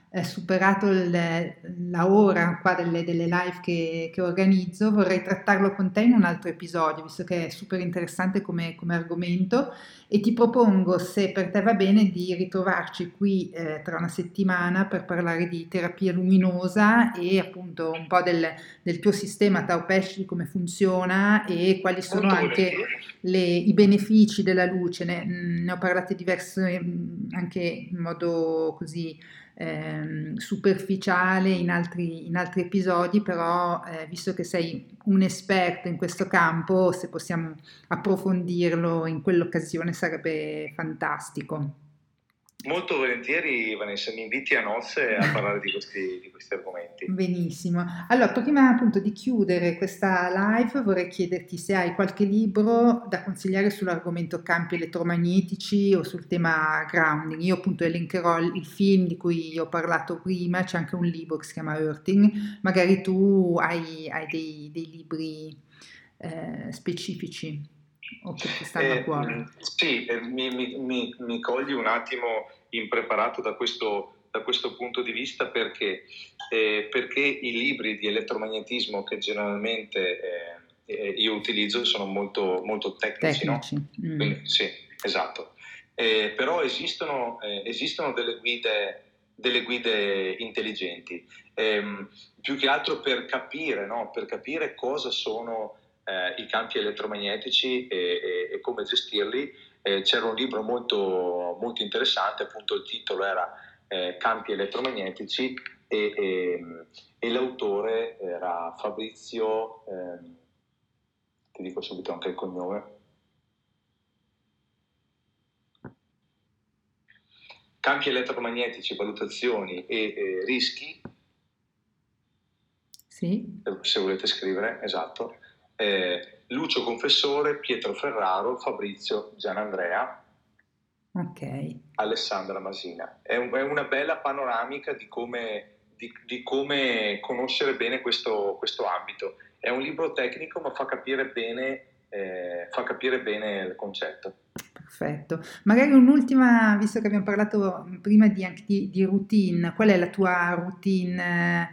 eh, superato il- la ora qua delle, delle live che, che organizzo, vorrei trattarlo con te in un altro episodio, visto che è super interessante come, come argomento e ti propongo, se per te va bene, di ritrovarci qui eh, tra una settimana per parlare di terapia luminosa e appunto un po' del, del tuo sistema Tao Pesci, come funziona e quali sono Molto anche volentieri. le- i benefici della luce. Ne, ne ho parlate diverse mh, anche in modo così ehm, superficiale in altri, in altri episodi, però eh, visto che sei un esperto in questo campo, se possiamo approfondirlo in quell'occasione sarebbe fantastico. Molto volentieri, Vanessa, mi inviti a nozze a parlare di questi, di questi argomenti. Benissimo. Allora, prima appunto di chiudere questa live, vorrei chiederti se hai qualche libro da consigliare sull'argomento campi elettromagnetici o sul tema grounding. Io appunto elencherò il il film di cui ho parlato prima, c'è anche un libro che si chiama Earthing. Magari tu hai, hai dei, dei libri eh, specifici o che ti stanno a Eh, cuore. mh, sì, eh, mi, mi- mi- mi cogli un attimo impreparato da questo, da questo punto di vista perché, eh, perché i libri di elettromagnetismo che generalmente eh, eh, io utilizzo sono molto, molto tecnici, no? Tecnici. Mm. Quindi, sì, esatto. Eh, però esistono, eh, esistono delle guide, delle guide intelligenti, Ehm, più che altro per capire, no? Per capire cosa sono eh, i campi elettromagnetici e, e- e come gestirli. Eh, c'era un libro molto, molto interessante, appunto il titolo era eh, Campi elettromagnetici e, e- e l'autore era Fabrizio, ehm, ti dico subito anche il cognome, Campi elettromagnetici, valutazioni e eh, rischi, Sì, se volete scrivere, esatto. Eh, Lucio Confessore, Pietro Ferraro, Fabrizio Gianandrea, ok. Alessandra Masina. È, un- è una bella panoramica di come, di- di come conoscere bene questo, questo ambito. È un libro tecnico, ma fa capire bene, eh, fa capire bene il concetto. Perfetto. Magari un'ultima, visto che abbiamo parlato prima di, anche di, di routine, qual è la tua routine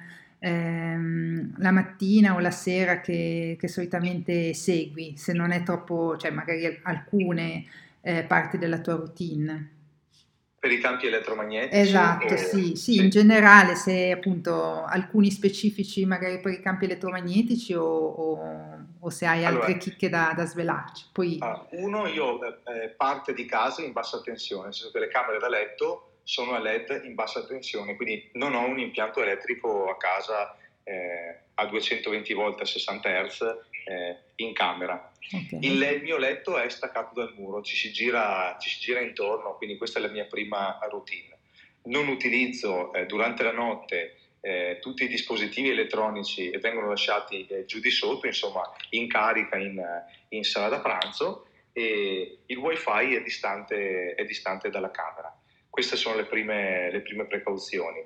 ehm, la mattina o la sera che, che solitamente segui, se non è troppo, cioè magari alcune eh, parti della tua routine? Per i campi elettromagnetici, Esatto, o- sì, sì, in sì. generale, se appunto alcuni specifici magari per i campi elettromagnetici o, o- o se hai altre Allora, chicche da, da svelarci. Poi, ah, uno, io ho eh, parte di casa in bassa tensione, nel senso che le camere da letto sono a L E D in bassa tensione, quindi non ho un impianto elettrico a casa eh, a duecentoventi volt a sessanta hertz eh, in camera. ok, Il, il mio letto è staccato dal muro, ci si gira, ci si gira intorno, quindi questa è la mia prima routine. Non utilizzo eh, durante la notte eh, tutti i dispositivi elettronici e vengono lasciati eh, giù di sotto, insomma, in carica in, in sala da pranzo e il wifi è distante, è distante dalla camera. Queste sono le prime, le prime precauzioni.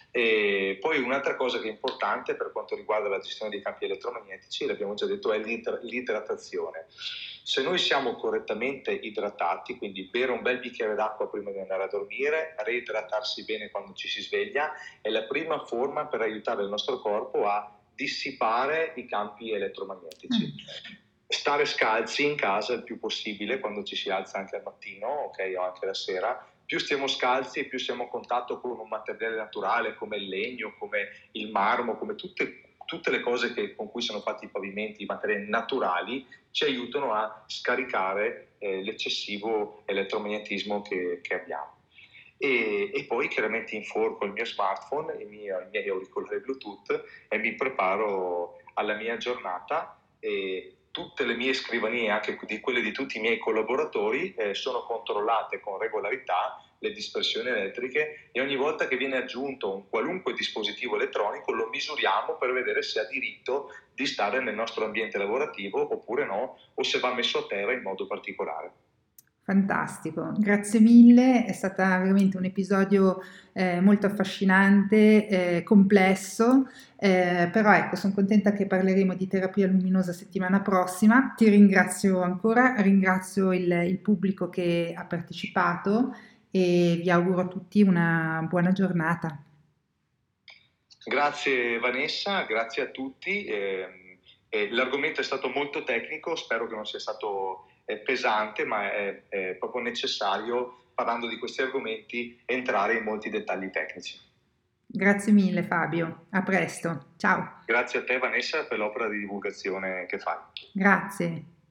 E poi un'altra cosa che è importante per quanto riguarda la gestione dei campi elettromagnetici, l'abbiamo già detto, è l'idratazione. Se noi siamo correttamente idratati, quindi bere un bel bicchiere d'acqua prima di andare a dormire, reidratarsi bene quando ci si sveglia, è la prima forma per aiutare il nostro corpo a dissipare i campi elettromagnetici. mm, Stare scalzi in casa il più possibile quando ci si alza anche al mattino, ok, o anche la sera. Più stiamo scalzi e più siamo a contatto con un materiale naturale come il legno, come il marmo, come tutte, tutte le cose che, con cui sono fatti i pavimenti, i materiali naturali, ci aiutano a scaricare eh, l'eccessivo elettromagnetismo che, che abbiamo. E, e poi chiaramente inforco il mio smartphone, i miei, i miei auricolari Bluetooth e mi preparo alla mia giornata e tutte le mie scrivanie, anche di quelle di tutti i miei collaboratori, eh, sono controllate con regolarità, le dispersioni elettriche, e ogni volta che viene aggiunto un qualunque dispositivo elettronico lo misuriamo per vedere se ha diritto di stare nel nostro ambiente lavorativo oppure no, o se va messo a terra in modo particolare. fantastico, grazie mille, è stato veramente un episodio eh, molto affascinante, eh, complesso, eh, però ecco, sono contenta che parleremo di terapia luminosa settimana prossima. Ti ringrazio ancora, ringrazio il, il pubblico che ha partecipato e vi auguro a tutti una buona giornata. Grazie Vanessa, grazie a tutti. Eh, eh, l'argomento è stato molto tecnico, spero che non sia stato eh, pesante, ma è, è proprio necessario, parlando di questi argomenti, entrare in molti dettagli tecnici. Grazie mille Fabio, a presto, ciao. Grazie a te Vanessa per l'opera di divulgazione che fai. Grazie.